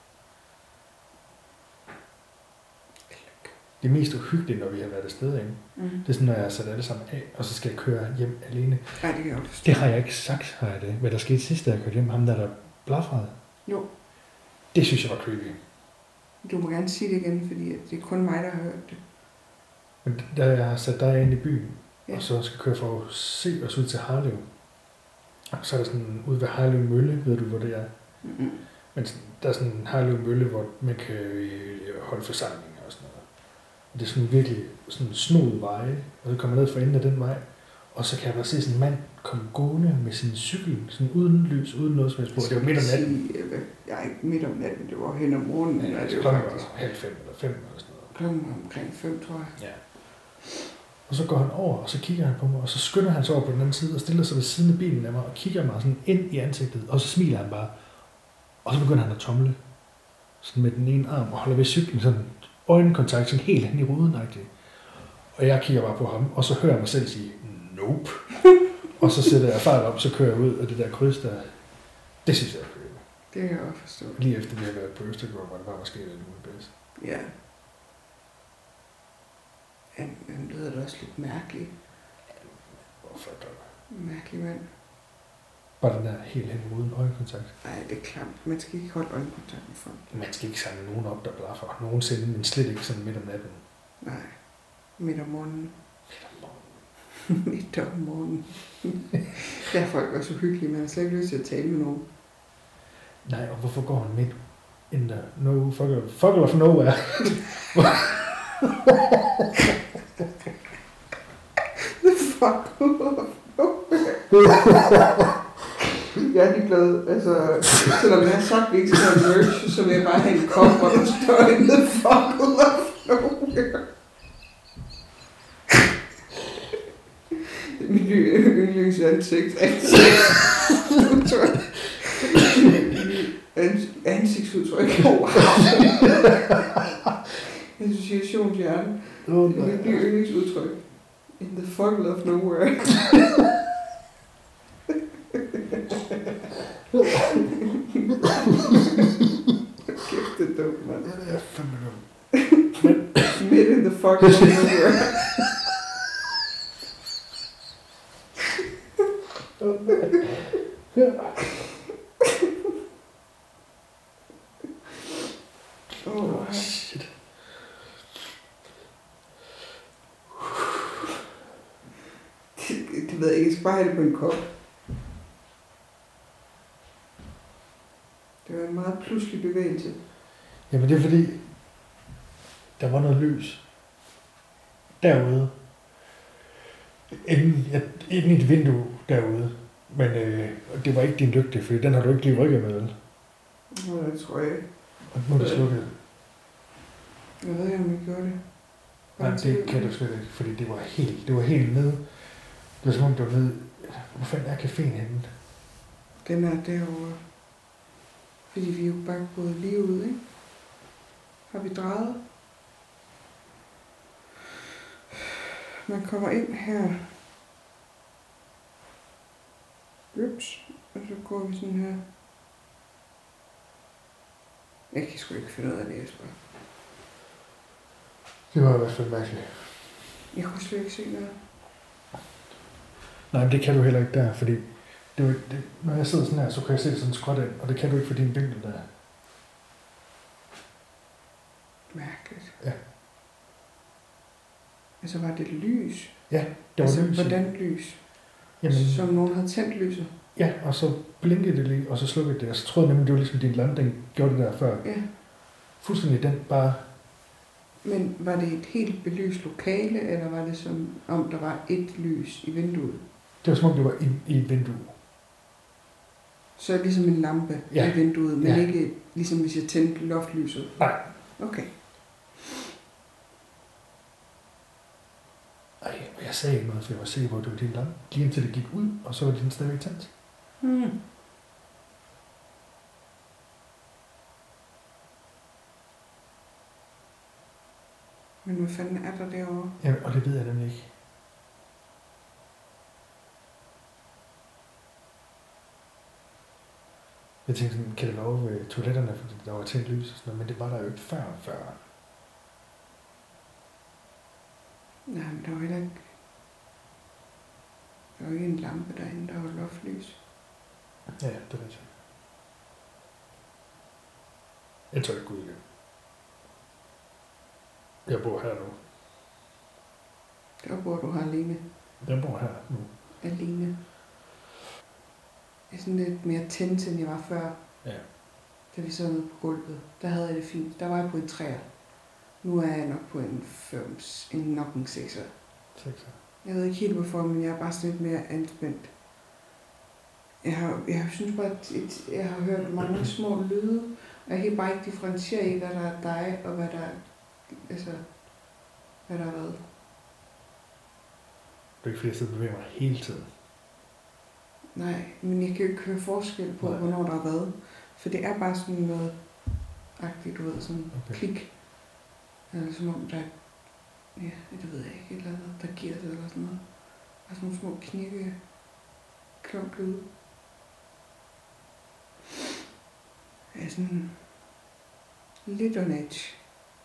Det er mest uhyggeligt, når vi har været afsted inde. Mm. Det er sådan, når jeg har sat alle sammen af, og så skal jeg køre hjem alene. Nej, det kan jeg også forstå. Det har jeg ikke sagt, har jeg det. Hvad der skete sidst, da jeg kørte hjem, ham der blafrede. Jo, Det synes jeg var creepy. du må gerne sige det igen, fordi det er kun mig, der har hørt det. Men da jeg har sat dig ind i byen, Ja. og så skal køre for at se os ud til Harlev, så er der sådan ude ved Harlev Mølle, ved du hvor det er? Mm-hmm. Men der er sådan en Harlev Mølle, hvor man kan holde forsamlinger og sådan noget. Og det er sådan virkelig sådan snoede veje, og så kommer man ned for enden af den vej, og så kan jeg bare se sådan en mand komme gående med sin cykel, sådan uden lys, uden noget som helst på. Det var midt om natten. Jeg er ikke midt om natten, det var hen om morgenen. Ja, det det var var faktisk 4:30 eller 5 eller sådan noget. klokken omkring 5, tror jeg. Ja. Og så går han over, og så kigger han på mig, og så skynder han sig over på den anden side, og stiller sig ved siden af bilen af mig, og kigger mig sådan ind i ansigtet, og så smiler han bare. Og så begynder han at tomle, sådan med den ene arm, og holder ved cyklen, sådan øjenkontakt, sådan helt hen i ruden. Og jeg kigger bare på ham, og så hører jeg mig selv sige, nope. Og så sætter jeg fart op, så kører jeg ud af det der kryds der. Det synes jeg er creepy. Det kan jeg også forstå. Lige efter vi har været på Østergaard, hvor det var måske lidt bedst. Ja. Han lyder da også lidt mærkelig. Hvorfor dog? Mærkelig mand. Bare den der helt hen i ruden øjenkontakt. Nej, det er klamt. Man skal ikke holde øjenkontakt med folk. Man skal ikke samle nogen op, der blaffer. Nogensinde, men slet ikke sådan midt om natten. Nej. Midt om morgenen. Midt om morgenen. Der er folk også uhyggelige, man har slet ikke lyst til at tale med nogen. Nej, og hvorfor går han midt in the no fuck of nowhere? The fuck of Jeg er ligeglad, altså, selvom jeg har sagt, at vi ikke skal have merch, så vil jeg bare have en kop, hvor der står in the fuck of nowhere. Det er mit yndlingsansigt. Ansigtsudtryk. Wow. Associationshjerne. Det er mit nye yndlingsudtryk. In the fuck of nowhere. Kæft, det er dumt, mand. Ja, det er fandme dumt. Midt in the fuck of nowhere. Oh, shit. Det ved jeg ikke, jeg skal bare have det på en kop. Det var en meget pludselig bevægelse. Jamen det er fordi, der var noget lys derude. Inden i et vindue derude. Men det var ikke din lygte, for den har du ikke lige rykket med, vel? Nå, det tror jeg ikke. Og nu er det slukket. Jeg ved ikke, om jeg gjorde det. Nej, det kan du slet ikke, fordi det var helt nede. Det var som om, det var nede. Hvor fanden er caféen henne? Den er derovre. Fordi vi er jo bare gået lige ud, ikke? Har vi drejet? Man kommer ind her. Ups. Og så går vi sådan her. Jeg kan sgu ikke finde ud af det, Jesper. Det var i hvert fald mærkeligt. Jeg kunne slet ikke se noget. Nej, men det kan du heller ikke der, fordi Når jeg sidder sådan her, så kan jeg se sådan skråt ind, og det kan du ikke for din vinkel der. Mærkeligt. Ja. Altså var det lys? Ja, det var altså, lys. Hvordan lys? Jamen, Som nogen havde tændt lyset? ja, og så blinkede det lige, og så slukkede det. Og så troede jeg nemlig, det var ligesom din lampe, den gjorde det der før. Ja. Fuldstændig den bare... Men var det et helt belyst lokale, eller var det som om der var et lys i vinduet? Det var som om, det var i et vindue. Så ligesom en lampe Ja. i vinduet, men Ja. ikke ligesom hvis jeg tændte loftlyset? Nej. Okay. Ej, og jeg sagde ikke noget, for jeg var sikker på, at det var din lampe. Lige indtil det gik ud, og så var den stadigvæk tændt. Hmm. Men hvad fanden er der derovre? Jamen, og det ved jeg nemlig ikke. Jeg tænkte sådan, kan det være over ved toiletterne, fordi der var tændt lys og sådan noget, men det var der jo ikke før. Nej, men der var heller ikke... Der var ikke en lampe derinde, der var loftlys. Ja, det er rigtigt. Jeg tør ikke gå ud igen. Jeg bor her nu. Der bor du her alene. Jeg bor her nu. Alene. Jeg er sådan lidt mere tændt, end jeg var før. Ja. Da vi sad nede på gulvet. Der havde jeg det fint. Der var jeg på en 3'er. Nu er jeg nok på en 5, nok en 6'er. 6. Jeg ved ikke helt hvorfor, men jeg er bare sådan lidt mere anspændt. Jeg synes bare, at jeg har hørt mange små lyde, og jeg kan bare ikke differentiere i, hvad der er dig, og hvad der er, altså, hvad der er hvad. Det er ikke fordi, jeg sidder og bevæger mig hele tiden. Nej, men jeg kan jo ikke høre forskel på, Nej. hvornår der er hvad. For det er bare sådan noget agtigt, du ved, sådan Okay. klik. Eller som om der er, ja, det ved jeg ikke, et eller andet, der giver det eller sådan noget. Bare sådan nogle små knirke, klumplyde. Ja, sådan lidt on edge.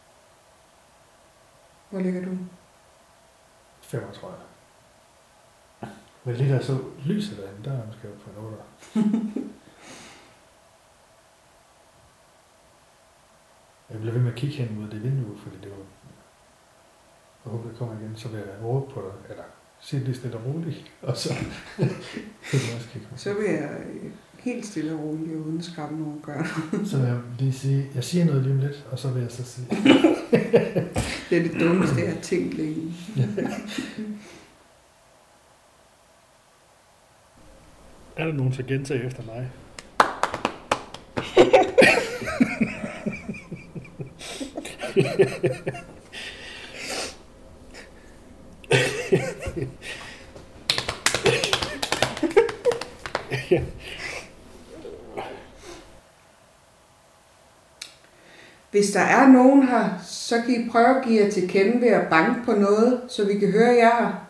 Hvor ligger du? 5, tror jeg. Men lige der så lyset derinde, der er jeg måske på en 8. Jeg bliver ved med at kigge hen mod det vindue, fordi det var... Jeg håber, det kommer igen, så vil jeg råbe på dig, eller sige lige stille og roligt, og så kan du også kigge. Så vil jeg helt stille og roligt og uden skræmme nogen gør. Så vil jeg lige sige, jeg siger noget lige om lidt, og så vil jeg så sige... Det er det dummeste, jeg har tænkt længe. Er der nogen, der gentager efter mig? Hvis der er nogen her, så kan I prøve at give jer til kende ved at banke på noget, så vi kan høre jer her.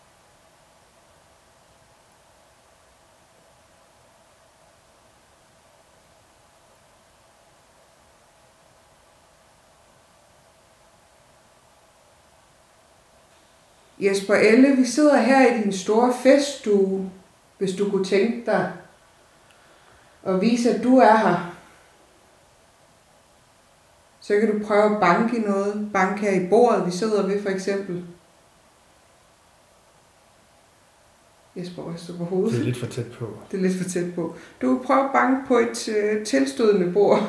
Jesper Elle, vi sidder her i din store feststue, hvis du kunne tænke dig at vise, at du er her. Så kan du prøve at banke i noget. Banke her i bordet, vi sidder ved for eksempel. Jesper ryster på hovedet. Det er lidt for tæt på. Det er lidt for tæt på. Du kan prøve at banke på et tilstødende bord.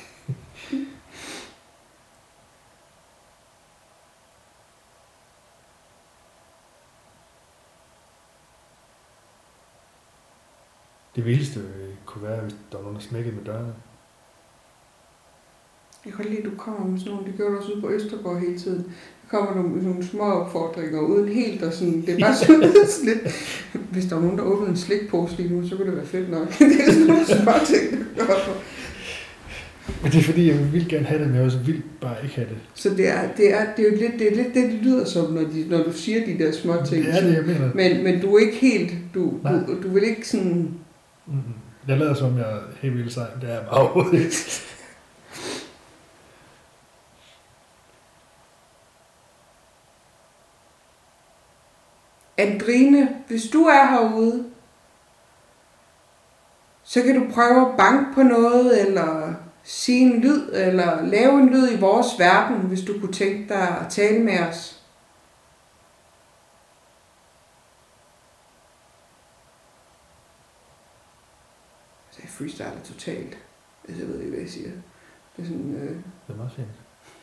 Det vildeste kunne være, hvis der var nogen, der smækkede med dørene. Jeg kan godt lide, at du kommer med sådan nogle. Det gjorde du også ude på Østergaard hele tiden. Der kommer du med nogle små opfordringer uden helt og sådan. Det er bare sådan lidt. Hvis der var nogen, der åbnede en slikpose lige nu, så kunne det være fedt nok. Det er sådan nogle små ting, du gør for. Men det er fordi, jeg vil gerne have det, men jeg også vil bare ikke have det. Så det er jo lidt det lyder som, når du siger de der små ting. Det er det, jeg mener. Men du er ikke helt, du vil ikke sådan... Mm-hmm. Jeg lader som, jeg er helt vildt sej, det er jeg bare overhovedet ikke. Andrine, hvis du er herude, Så kan du prøve at banke på noget, eller sige en lyd, eller lave en lyd i vores verden, hvis du kunne tænke dig at tale med os. Så jeg freestyler totalt. Altså, jeg ved ikke, hvad jeg siger. Det er sådan... Det er meget fint.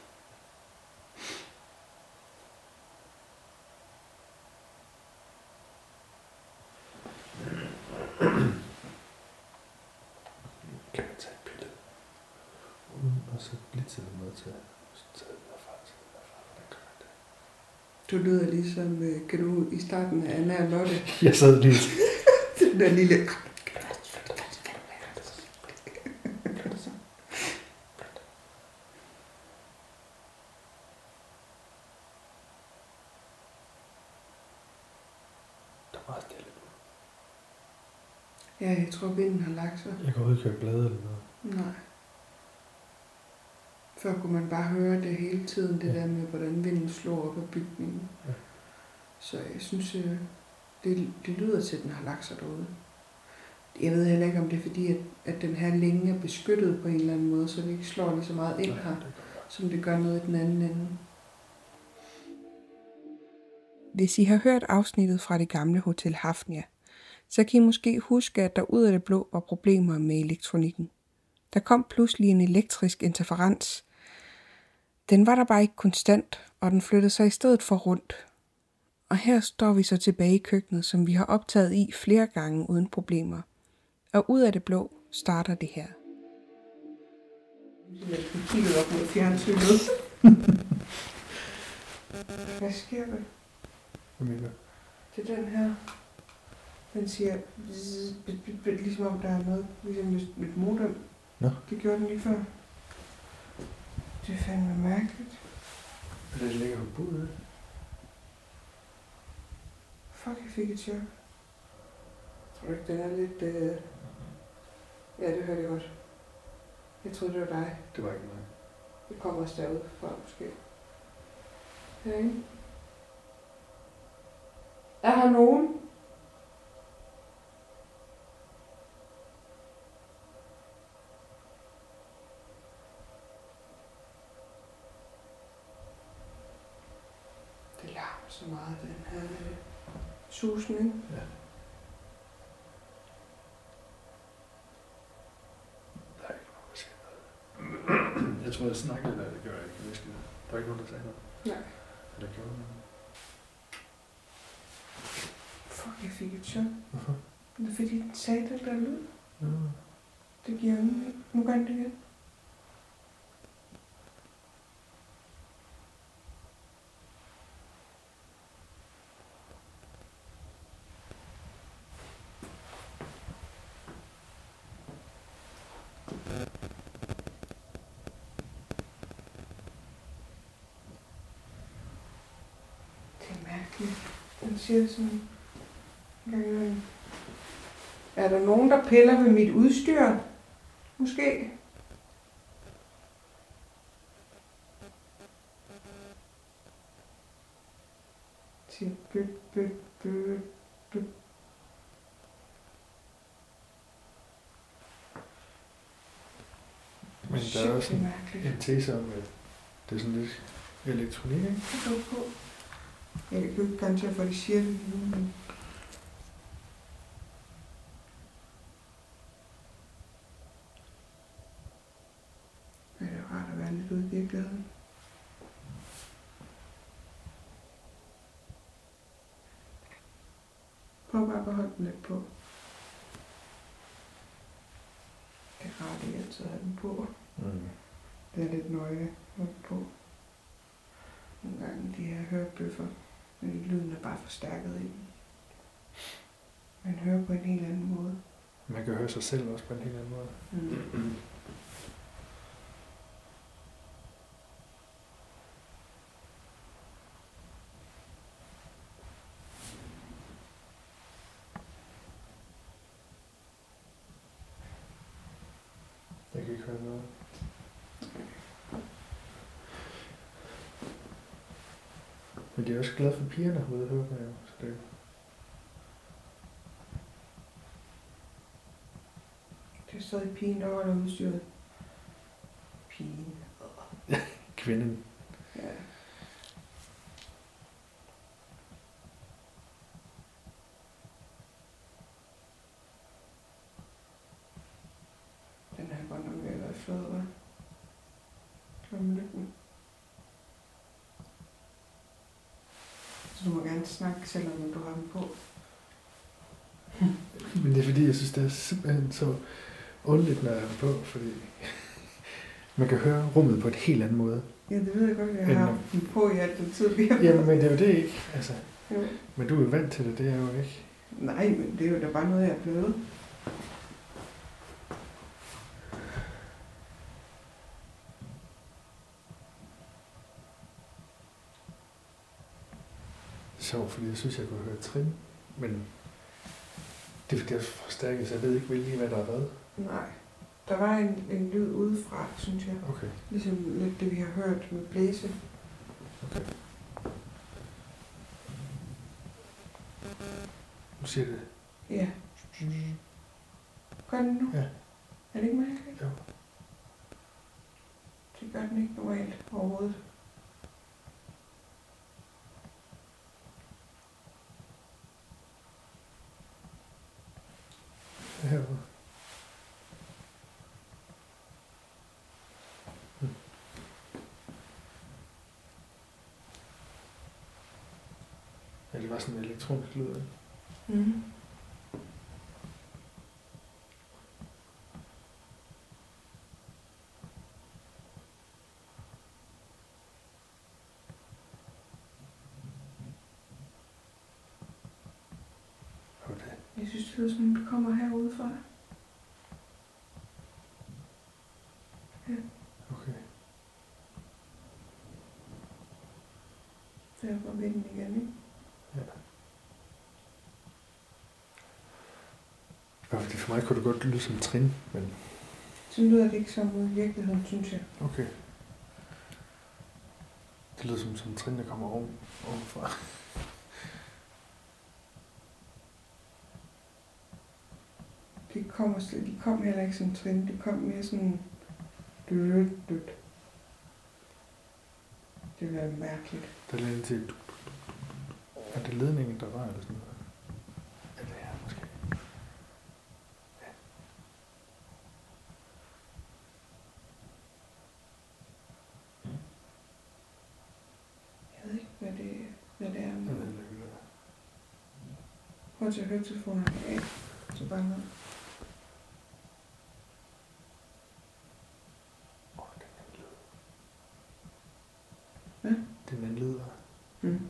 Kan man tage et billede? Uden at sætte blitzet med til at tage derfra til derfra. Hvordan gør man det? Du lyder ligesom, kan du i starten af Anna og Lotte. Jeg sad lige. Den der lille... Der er meget stille nu. Ja, jeg tror, vinden har lagt sig. Jeg går ud og køber blade eller noget. Nej. Før kunne man bare høre det hele tiden, det der med, hvordan vinden slår op ad bygningen. Ja. Så jeg synes, det lyder til, at den har lagt sig derude. Jeg ved heller ikke, om det er fordi, at den her længe er beskyttet på en eller anden måde, så det ikke slår lige så meget ind her, som det gør noget i den anden ende. Hvis I har hørt afsnittet fra det gamle Hotel Hafnia, så kan I måske huske, at der ud af det blå var problemer med elektronikken. Der kom pludselig en elektrisk interferens. Den var der bare ikke konstant, og den flyttede sig i stedet for rundt. Og her står vi så tilbage i køkkenet, som vi har optaget i flere gange uden problemer. Og ud af det blå starter det her. Jeg kigger op mod fjernsynet. Hvad sker der? Hvad mener du? Det er den her. Den siger, ligesom om der er noget, ligesom et modem. Nå. Det gjorde den lige før. Det er fandme mærkeligt. Er det ligger på budet? Fuck, jeg fik et chok. Tror du ikke, den er lidt... Ja, det hørte jeg godt. Jeg troede, det var dig. Det var ikke mig. Det kommer også derude fra, måske. Herinde. Er her nogen? Det larmer så meget, den her susning. Ja. Der er ikke nogen, der siger noget. Jeg tror, jeg snakkede, eller det gør jeg ikke. Der er ikke nogen, der sagde noget. Nej. Eller gjorde noget. Fuck, jeg fik et chok. Hvorfor? Det er fordi, den sagde den der lyd. Nå. Det giver ingen. Nu gør den det igen. Det er mærkeligt. Den siger sådan... Er der nogen, der piller ved mit udstyr? Måske. Til bøt. Men der er også en tese om, at det er sådan lidt elektronik, ikke? Det går på. Jeg kan jo ikke garantere for, at de siger det nu, men... Men det er rart at være lidt ude i virkeligheden. Prøv bare at beholde den lidt på. Det er rart ikke altid at have den på. Mm. Det er lidt nøje at have den på. Nogle gange de her hørebøffer, men lyden er bare forstærket i den. Man hører på en helt anden måde. Man kan høre sig selv også på en helt anden måde. Mm. Jeg kan ikke høre noget. Men de er også glade for pigerne ude at høre på jer, så det... stadig pigen, der holder udstyret. Pigen. Kvinden. Ja. Den her godt nok ved at være flad, hva'? Glem lykken. Så du må gerne snakke, selvom du har den på. Men det er fordi, jeg synes, det er simpelthen så underligt, når jeg har den på, fordi man kan høre rummet på et helt andet måde. Ja, det ved jeg godt, jeg har haft den på i alt den tid, vi har. Jamen, men det er jo det ikke. Altså, Jo. men du er jo vant til det, det er jeg jo ikke. Nej, men det er jo da bare noget, jeg er blevet. Sjovt, fordi jeg synes, jeg kunne høre trin, men det er fordi, jeg er forstærket, så jeg ved ikke lige, hvad der har været. Nej. Der var en lyd udefra, synes jeg. Okay. Ligesom lidt det, vi har hørt med blæse. Okay. Nu siger det. Ja. Gør den nu? Ja. Er det ikke mærkeligt? Jo. Det gør den ikke normalt overhovedet. Herude. Ja, det var sådan en elektronisk lyd, ikke? Mhm. Okay. Jeg synes, det lyder som, det kommer herudefra. Ja. Okay. Så jeg går ved den igen, ikke? Ja. Ja, fordi for mig kunne det godt lyde som trin, men Så lyder det ikke som ud i virkeligheden, synes jeg. okay. Det lyder som trin, der kommer ovenfra. De kom heller ikke som trin. De kom mere sådan... Dyt. Det var mærkeligt. Der er lidt til... Er det ledningen, der var, eller sådan noget? Er det her, måske? Ja. Jeg ved ikke, hvad det er. Jeg ved heller ikke, hvad det er. Prøv at tage høretelefonerne af. Så bare noget. Den anden lyd. Hvad? Den anden lyd. Mm.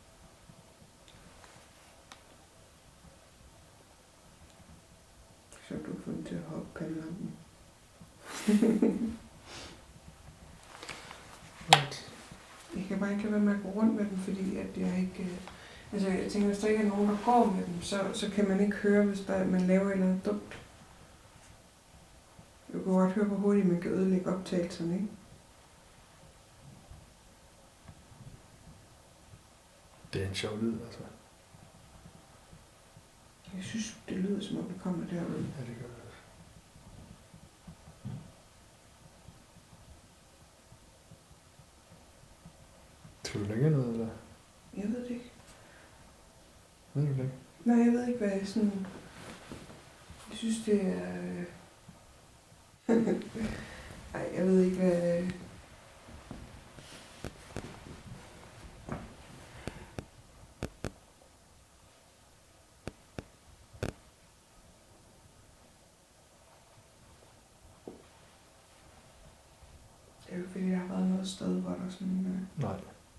Så du får den til at hoppe pandelampen. Right. Jeg kan bare ikke lade være med at gå rundt med den, fordi at jeg ikke... Altså, jeg tænker, hvis der ikke er nogen, der går med dem, så kan man ikke høre, hvis man laver et eller andet dumt. Du kan godt høre, hvor hurtigt man kan ødelægge optagelserne, ikke? Det er en sjov lyd, altså. Jeg synes, det lyder, som om det kommer derude. Ja, det gør det også. Skal du længere ned, eller? Jeg ved det ikke. Ved du det ikke? Nej, jeg ved ikke, hvad jeg sådan... Jeg synes, det er... Ej, jeg ved ikke, hvad... Det er jo fordi, der har været noget sted, hvor der sådan... Nej.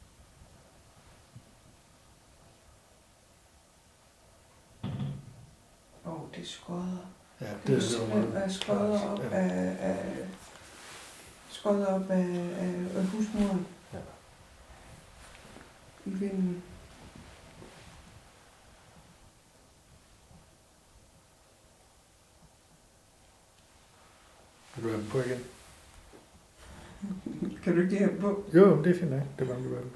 Det er skodder. Ja, Det det er er så simpelthen meget. skodder op af... Skodder op af husmuren. Ja. I vinden. Vil du have den på igen? Kan du ikke have den på? Jo, det er fint nok. Det var du have den.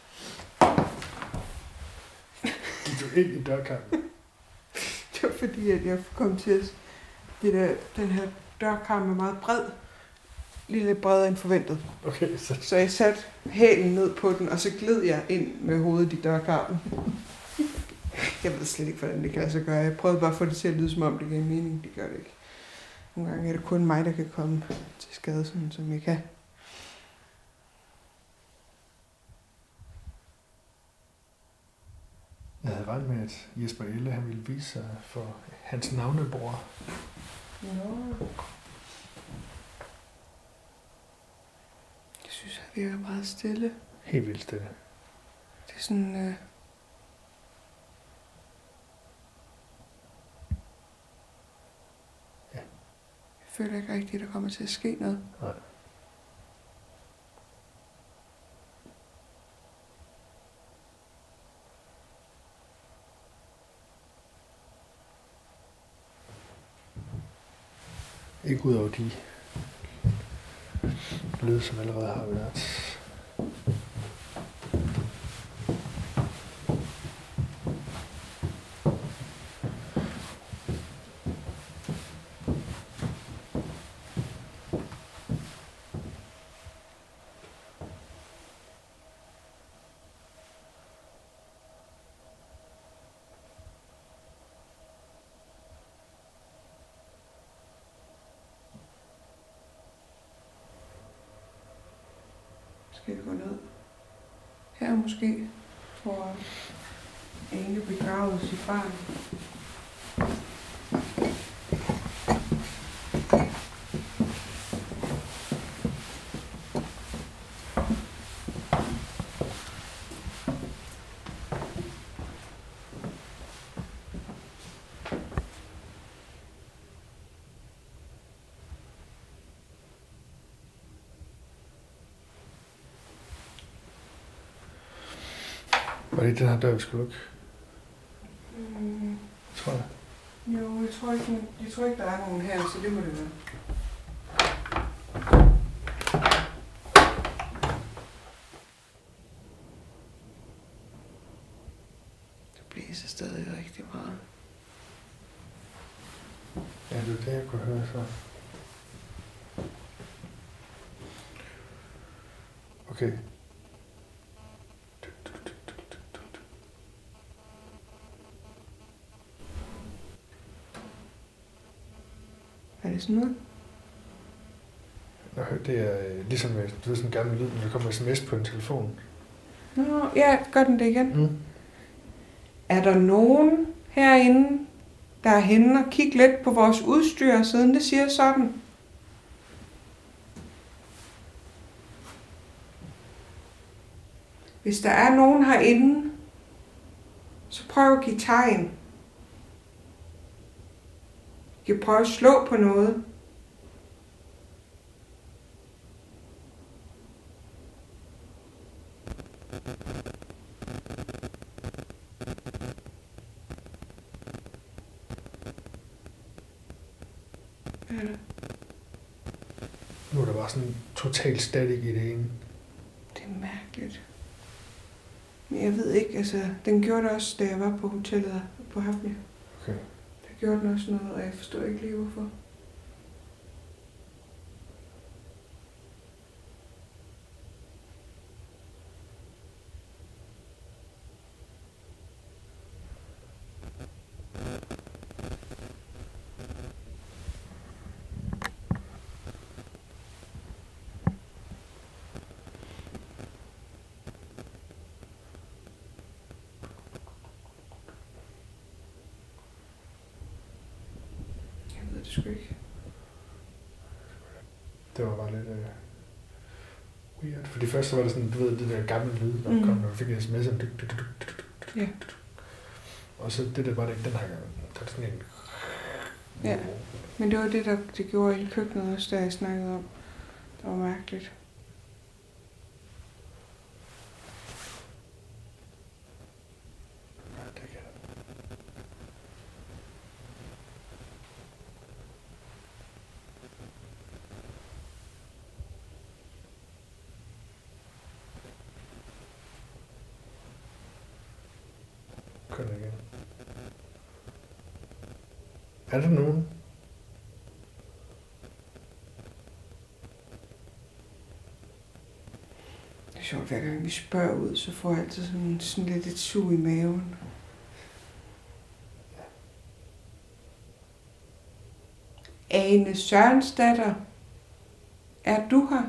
Gik du ind i dørkarmen? Det var fordi, at jeg kom til at... Den her dørkarmen er meget bred. Lige lidt bredere end forventet. Okay, Så jeg satte hælen ned på den, og så gled jeg ind med hovedet i dørkarmen. Jeg ved slet ikke, hvordan det kan lade sig gøre. Jeg prøvede bare at få det til at lyde, som om det gav mening. Det gør det ikke. Nogle gange er det kun mig, der kan komme til skade, sådan som jeg kan. Jeg havde regnet med, at Jesper Elle han ville vise sig for hans navnebror. Nå. Jeg synes, han virker meget stille. Helt vildt stille. Det er sådan... Ja. Jeg føler ikke rigtigt, at der kommer til at ske noget. Nej. Ikke ud over de lyde, som allerede har været. Skal vi gå ned? Her måske, hvor Ane begravede sit barn. Var det ikke den her dør, vi skulle lukke? Tror jeg. Jo, jeg tror ikke, der er nogen her, så det må det være. Det blæser stadig rigtig meget. Ja, det var det, jeg kunne høre så. Okay. Er det sådan noget? Nå, det er ligesom du ved, sådan en gammel lyd, når der kommer sms på en telefon. Nå, ja, gør den det igen. Mm. Er der nogen herinde, der er henne og kigge lidt på vores udstyr, siden det siger sådan? Hvis der er nogen herinde, så prøv at give tegn. I kan prøve at slå på noget. Hvad er det? Nu er der bare sådan total static i det ene. Det er mærkeligt. Men jeg ved ikke, altså, den gjorde det også, da jeg var på hotellet på Hafnia. Okay. Der gjorde den også noget, og jeg forstår ikke lige, hvorfor. Jeg ved det sgu ikke. Det var bare lidt weird. For det første var det sådan, du ved, det der gamle lyd, der kom, når du fik en sms om Ja. Og så det der var det ikke den her gang. Der er sådan en... Ja. Men det var det, det gjorde i køkkenet også, da jeg snakkede om. Det var mærkeligt. Ja, det kan jeg. Kør det igen. Er der nogen? hver gang vi spørger ud, så får jeg altid sådan lidt et sug i maven. Ane Sørensdatter, er du her?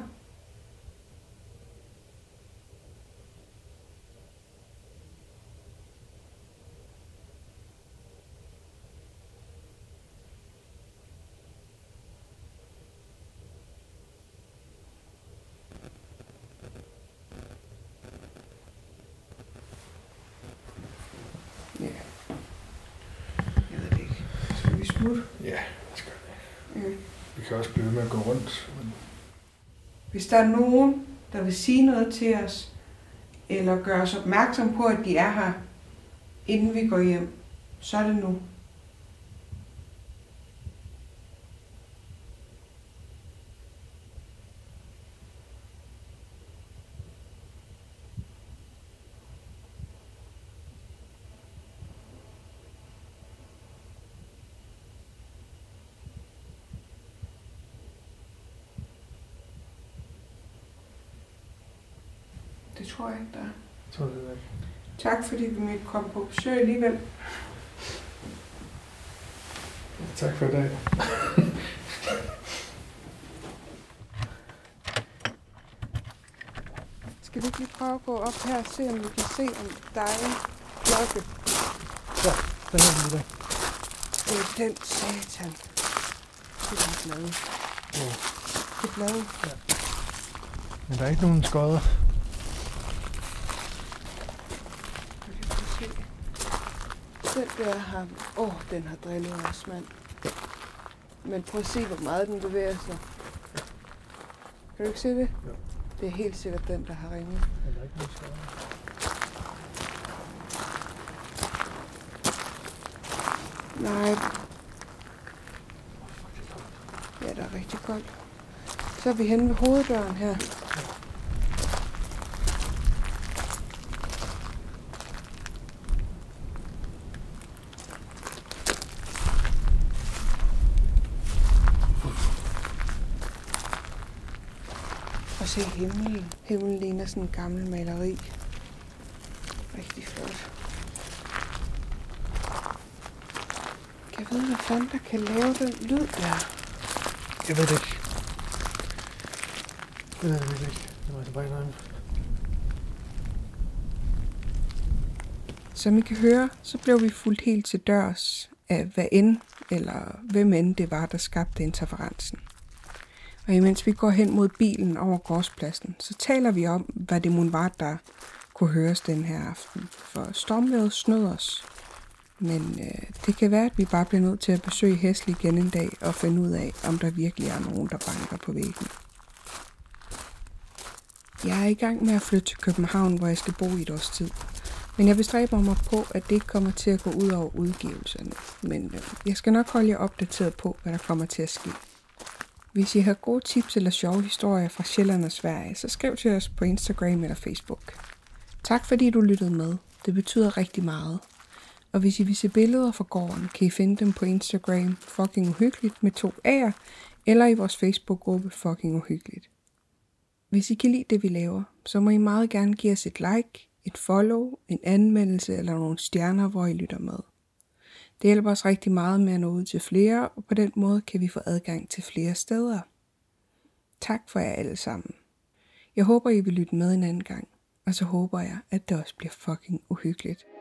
Ja. Jeg ved det ikke. Skal vi smutte? Ja, det skal vi. Ja. Vi kan også blive ved med at gå rundt. Men... Hvis der er nogen, der vil sige noget til os, eller gøre os opmærksom på, at de er her, inden vi går hjem, så er det nu. Det tror jeg ikke, der er. Jeg tror det ikke. Tak fordi vi måtte komme på besøg alligevel. Tak for i dag. Skal vi ikke lige prøve at gå op her og se, om vi kan se, om der er en klokke? Ja, den er den der. Det er den satan. Det er et blad. Ja. Det er blad. Ja. Men der er ikke nogen skodder. Den der har... den har drillet os, mand. Men prøv at se, hvor meget den bevæger sig. Kan du ikke se det? Jo. Det er helt sikkert den, der har ringet. Men der er ikke nogen skodder. Nej. Ja, det er rigtig koldt. Så er vi henne ved hoveddøren her. Og se himlen. Himlen ligner sådan en gammel maleri. Rigtig flot. Kan jeg vide, hvad fanden der kan lave den lyd der? Jeg ved det ikke. Det ved jeg virkelig ikke. Det må jeg bare indrømme. Som I kan høre, så blev vi fuldt helt til dørs af hvad end, eller hvem end det var, der skabte interferensen. Og imens vi går hen mod bilen over gårdspladsen, så taler vi om, hvad det mon var, der kunne høres den her aften. For stormvejret snød os. Men det kan være, at vi bare bliver nødt til at besøge Hæsel igen en dag og finde ud af, om der virkelig er nogen, der banker på væggen. Jeg er i gang med at flytte til København, hvor jeg skal bo i et års tid. Men jeg bestræber mig på, at det ikke kommer til at gå ud over udgivelserne. Men jeg skal nok holde jer opdateret på, hvad der kommer til at ske. Hvis I har gode tips eller sjove historier fra Sjælland og Sverige, så skriv til os på Instagram eller Facebook. Tak fordi du lyttede med. Det betyder rigtig meget. Og hvis I vil se billeder fra gården, kan I finde dem på Instagram Fucking Uhyggeligt med 2 A'er, eller i vores Facebook-gruppe Fucking Uhyggeligt. Hvis I kan lide det, vi laver, så må I meget gerne give os et like, et follow, en anmeldelse eller nogle stjerner, hvor I lytter med. Det hjælper os rigtig meget med at nå ud til flere, og på den måde kan vi få adgang til flere steder. Tak for jer alle sammen. Jeg håber, I vil lytte med en anden gang, og så håber jeg, at det også bliver fucking uhyggeligt.